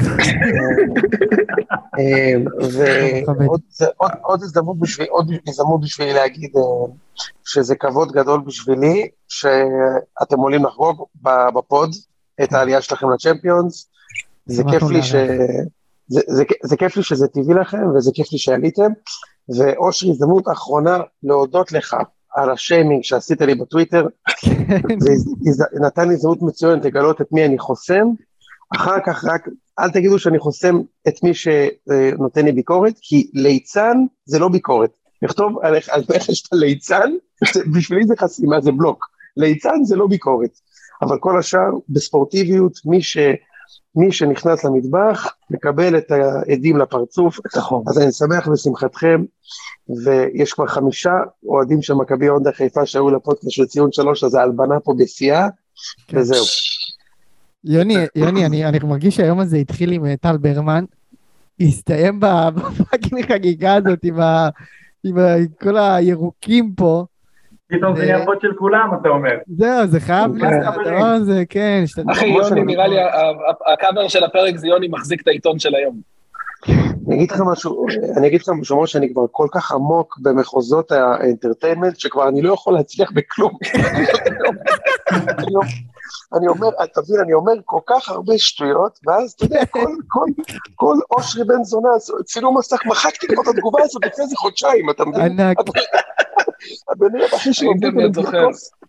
ועוד הזדמנות בשביל, עוד הזדמנות בשביל להגיד שזה כבוד גדול בשבילי, שאתם עולים לחגוג בפוד את העלייה שלכם לצ'מפיונס, זה כיף לי ש... זה, זה, זה כיף לי שזה טבעי לכם, וזה כיף לי שעליתם, ואושרי, הזדמנות האחרונה להודות לך על השיימינג שעשית לי בטוויטר, זה נתן לי הזדמנות מצוינת לגלות את מי אני חוסם, אחר כך רק, אל תגידו שאני חוסם את מי שנותן לי ביקורת, כי ליצן זה לא ביקורת, נכתוב על איך שאתה ליצן, בשבילי זה חסימה, זה בלוק, ליצן זה לא ביקורת, אבל כל השאר בספורטיביות, מי ש... מי שנכנס למטבח, מקבל את העדים לפרצוף, אז אני שמח בשמחתכם, ויש כבר חמישה אוהדים של מכבי הונדה חיפה שהיו לפודקאסט של ציון שלוש, אז ההלבנה פה בשיאה, וזהו. יוני, יוני, אני, אני מרגיש שהיום הזה התחיל עם טל ברמן, הסתיים בפאקינג חגיגה הזאת, עם, ה, עם, ה, עם כל הירוקים פה, פתאום זה נהיה פוד של כולם, אתה אומר. זהו, זה חייב לדבר, זה כן. אחי, יוני, נראה לי, הקאבר של הפרק זה יוני מחזיק את העיתון של היום. אני אגיד לך משהו, אני אגיד לך משהו, שאני כבר כל כך עמוק במחוזות האנטרטיימנט, שכבר אני לא יכול להצליח בכלום. אני אומר, תבין, אני אומר כל כך הרבה שטויות, ואז אתה יודע, כל אושרי בן זונה, צילום מסך, מחקתי כבר את התגובה הזאת לפני איזה חודשיים, אתה מבין? ענק. הבני הבחי שעומדים בלגלקוס,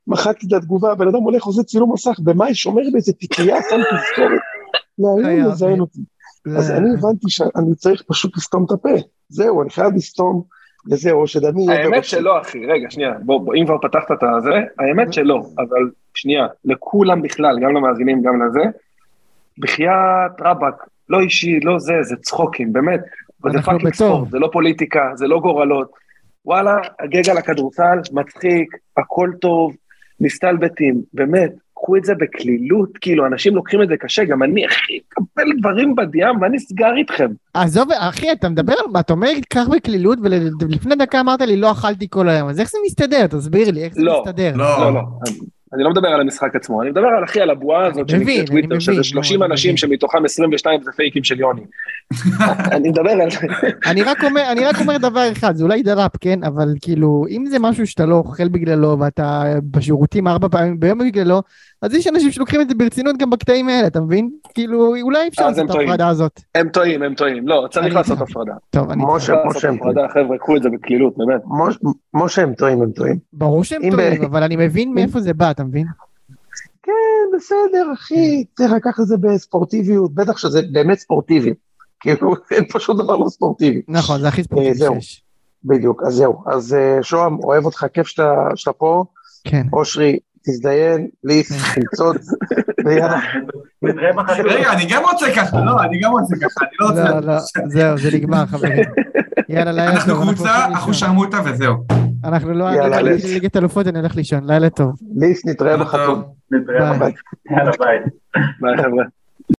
מחקתי את התגובה, בן אדם הולך עושה צילום מסך, במאי שומר באיזה תיקייה, שם תזכורת, להרים לזיין אותי. אז אני הבנתי שאני צריך פשוט לסתום את הפה, זהו, אני חייב לסתום, וזהו, שדמי... האמת שלא, אחי, רגע, שנייה, בוא, אם כבר פתחת את זה, האמת שלא, אבל שנייה, לכולם בכלל, גם למאזינים, גם לזה, בחיית רבק, לא אישי, לא זה, זה צחוקים, באמת, וזה פאקינג ספורט, זה לא פוליטיקה, זה לא גורלות, וואלה, הגג על הכדורסל, מצחיק, הכל טוב, מסתלבטים, באמת, קחו את זה בכלילות, כאילו, אנשים לוקחים את זה קשה, גם אני, אחי, קבל דברים בדיעה, מה נסגר איתכם? עזוב, אחי, אתה מדבר על מה, אתה אומר, קח בכלילות, ולפני דקה אמרת לי, לא אכלתי כל היום, אז איך זה מסתדר? תסביר לי, איך זה מסתדר? לא, לא, לא. אני לא מדבר על המשחק עצמו, אני מדבר על אחי, על הבועה הזאת שנקראת טוויטר, שזה שלושים אנשים שמתוכם עשרים ושתיים זה פייקים של יוני. אני מדבר על זה. אני רק אומר דבר אחד, זה אולי דראפ, כן? אבל כאילו, אם זה משהו שאתה לא אוכל בגללו, ואתה בשירותים ארבע פעמים ביום בגללו, אז יש אנשים שלוקחים את זה ברצינות גם בקטעים האלה, אתה מבין? כאילו, אולי אפשר לעשות את ההפרדה הזאת. הם טועים, הם טועים. לא, צריך לעשות הפרדה. טוב, אני צריך לעשות הפרדה, חבר'ה, קחו את זה בכלילות, באמת. משה, הם טועים, הם טועים. ברור שהם טועים, אבל אני מבין מאיפה זה בא, אתה מבין? כן, בסדר, אחי, צריך לקחת את זה בספורטיביות, בטח שזה באמת ספורטיבי. כאילו, אין פשוט דבר לא ספורטיבי. נכון, זה הכי ספורטיבי שיש. בדיוק, אז זהו. אז שוהם, אוהב אותך, כיף שאתה פה. כן. אושרי, תזדיין, ליס, תמצוד, ויאללה. רגע, אני גם רוצה ככה, לא, אני גם רוצה ככה, אני לא רוצה... לא, לא, זהו, זה נגמר, חברים. יאללה, לילה טוב. אנחנו קבוצה, אנחנו שרמוטה וזהו. אנחנו לא... יאללה, ליגת אלופות, אני הולך לישון, לילה טוב. ליס, נתראה בחתום. נתראה, ביי. יאללה, ביי. ביי, חבר'ה.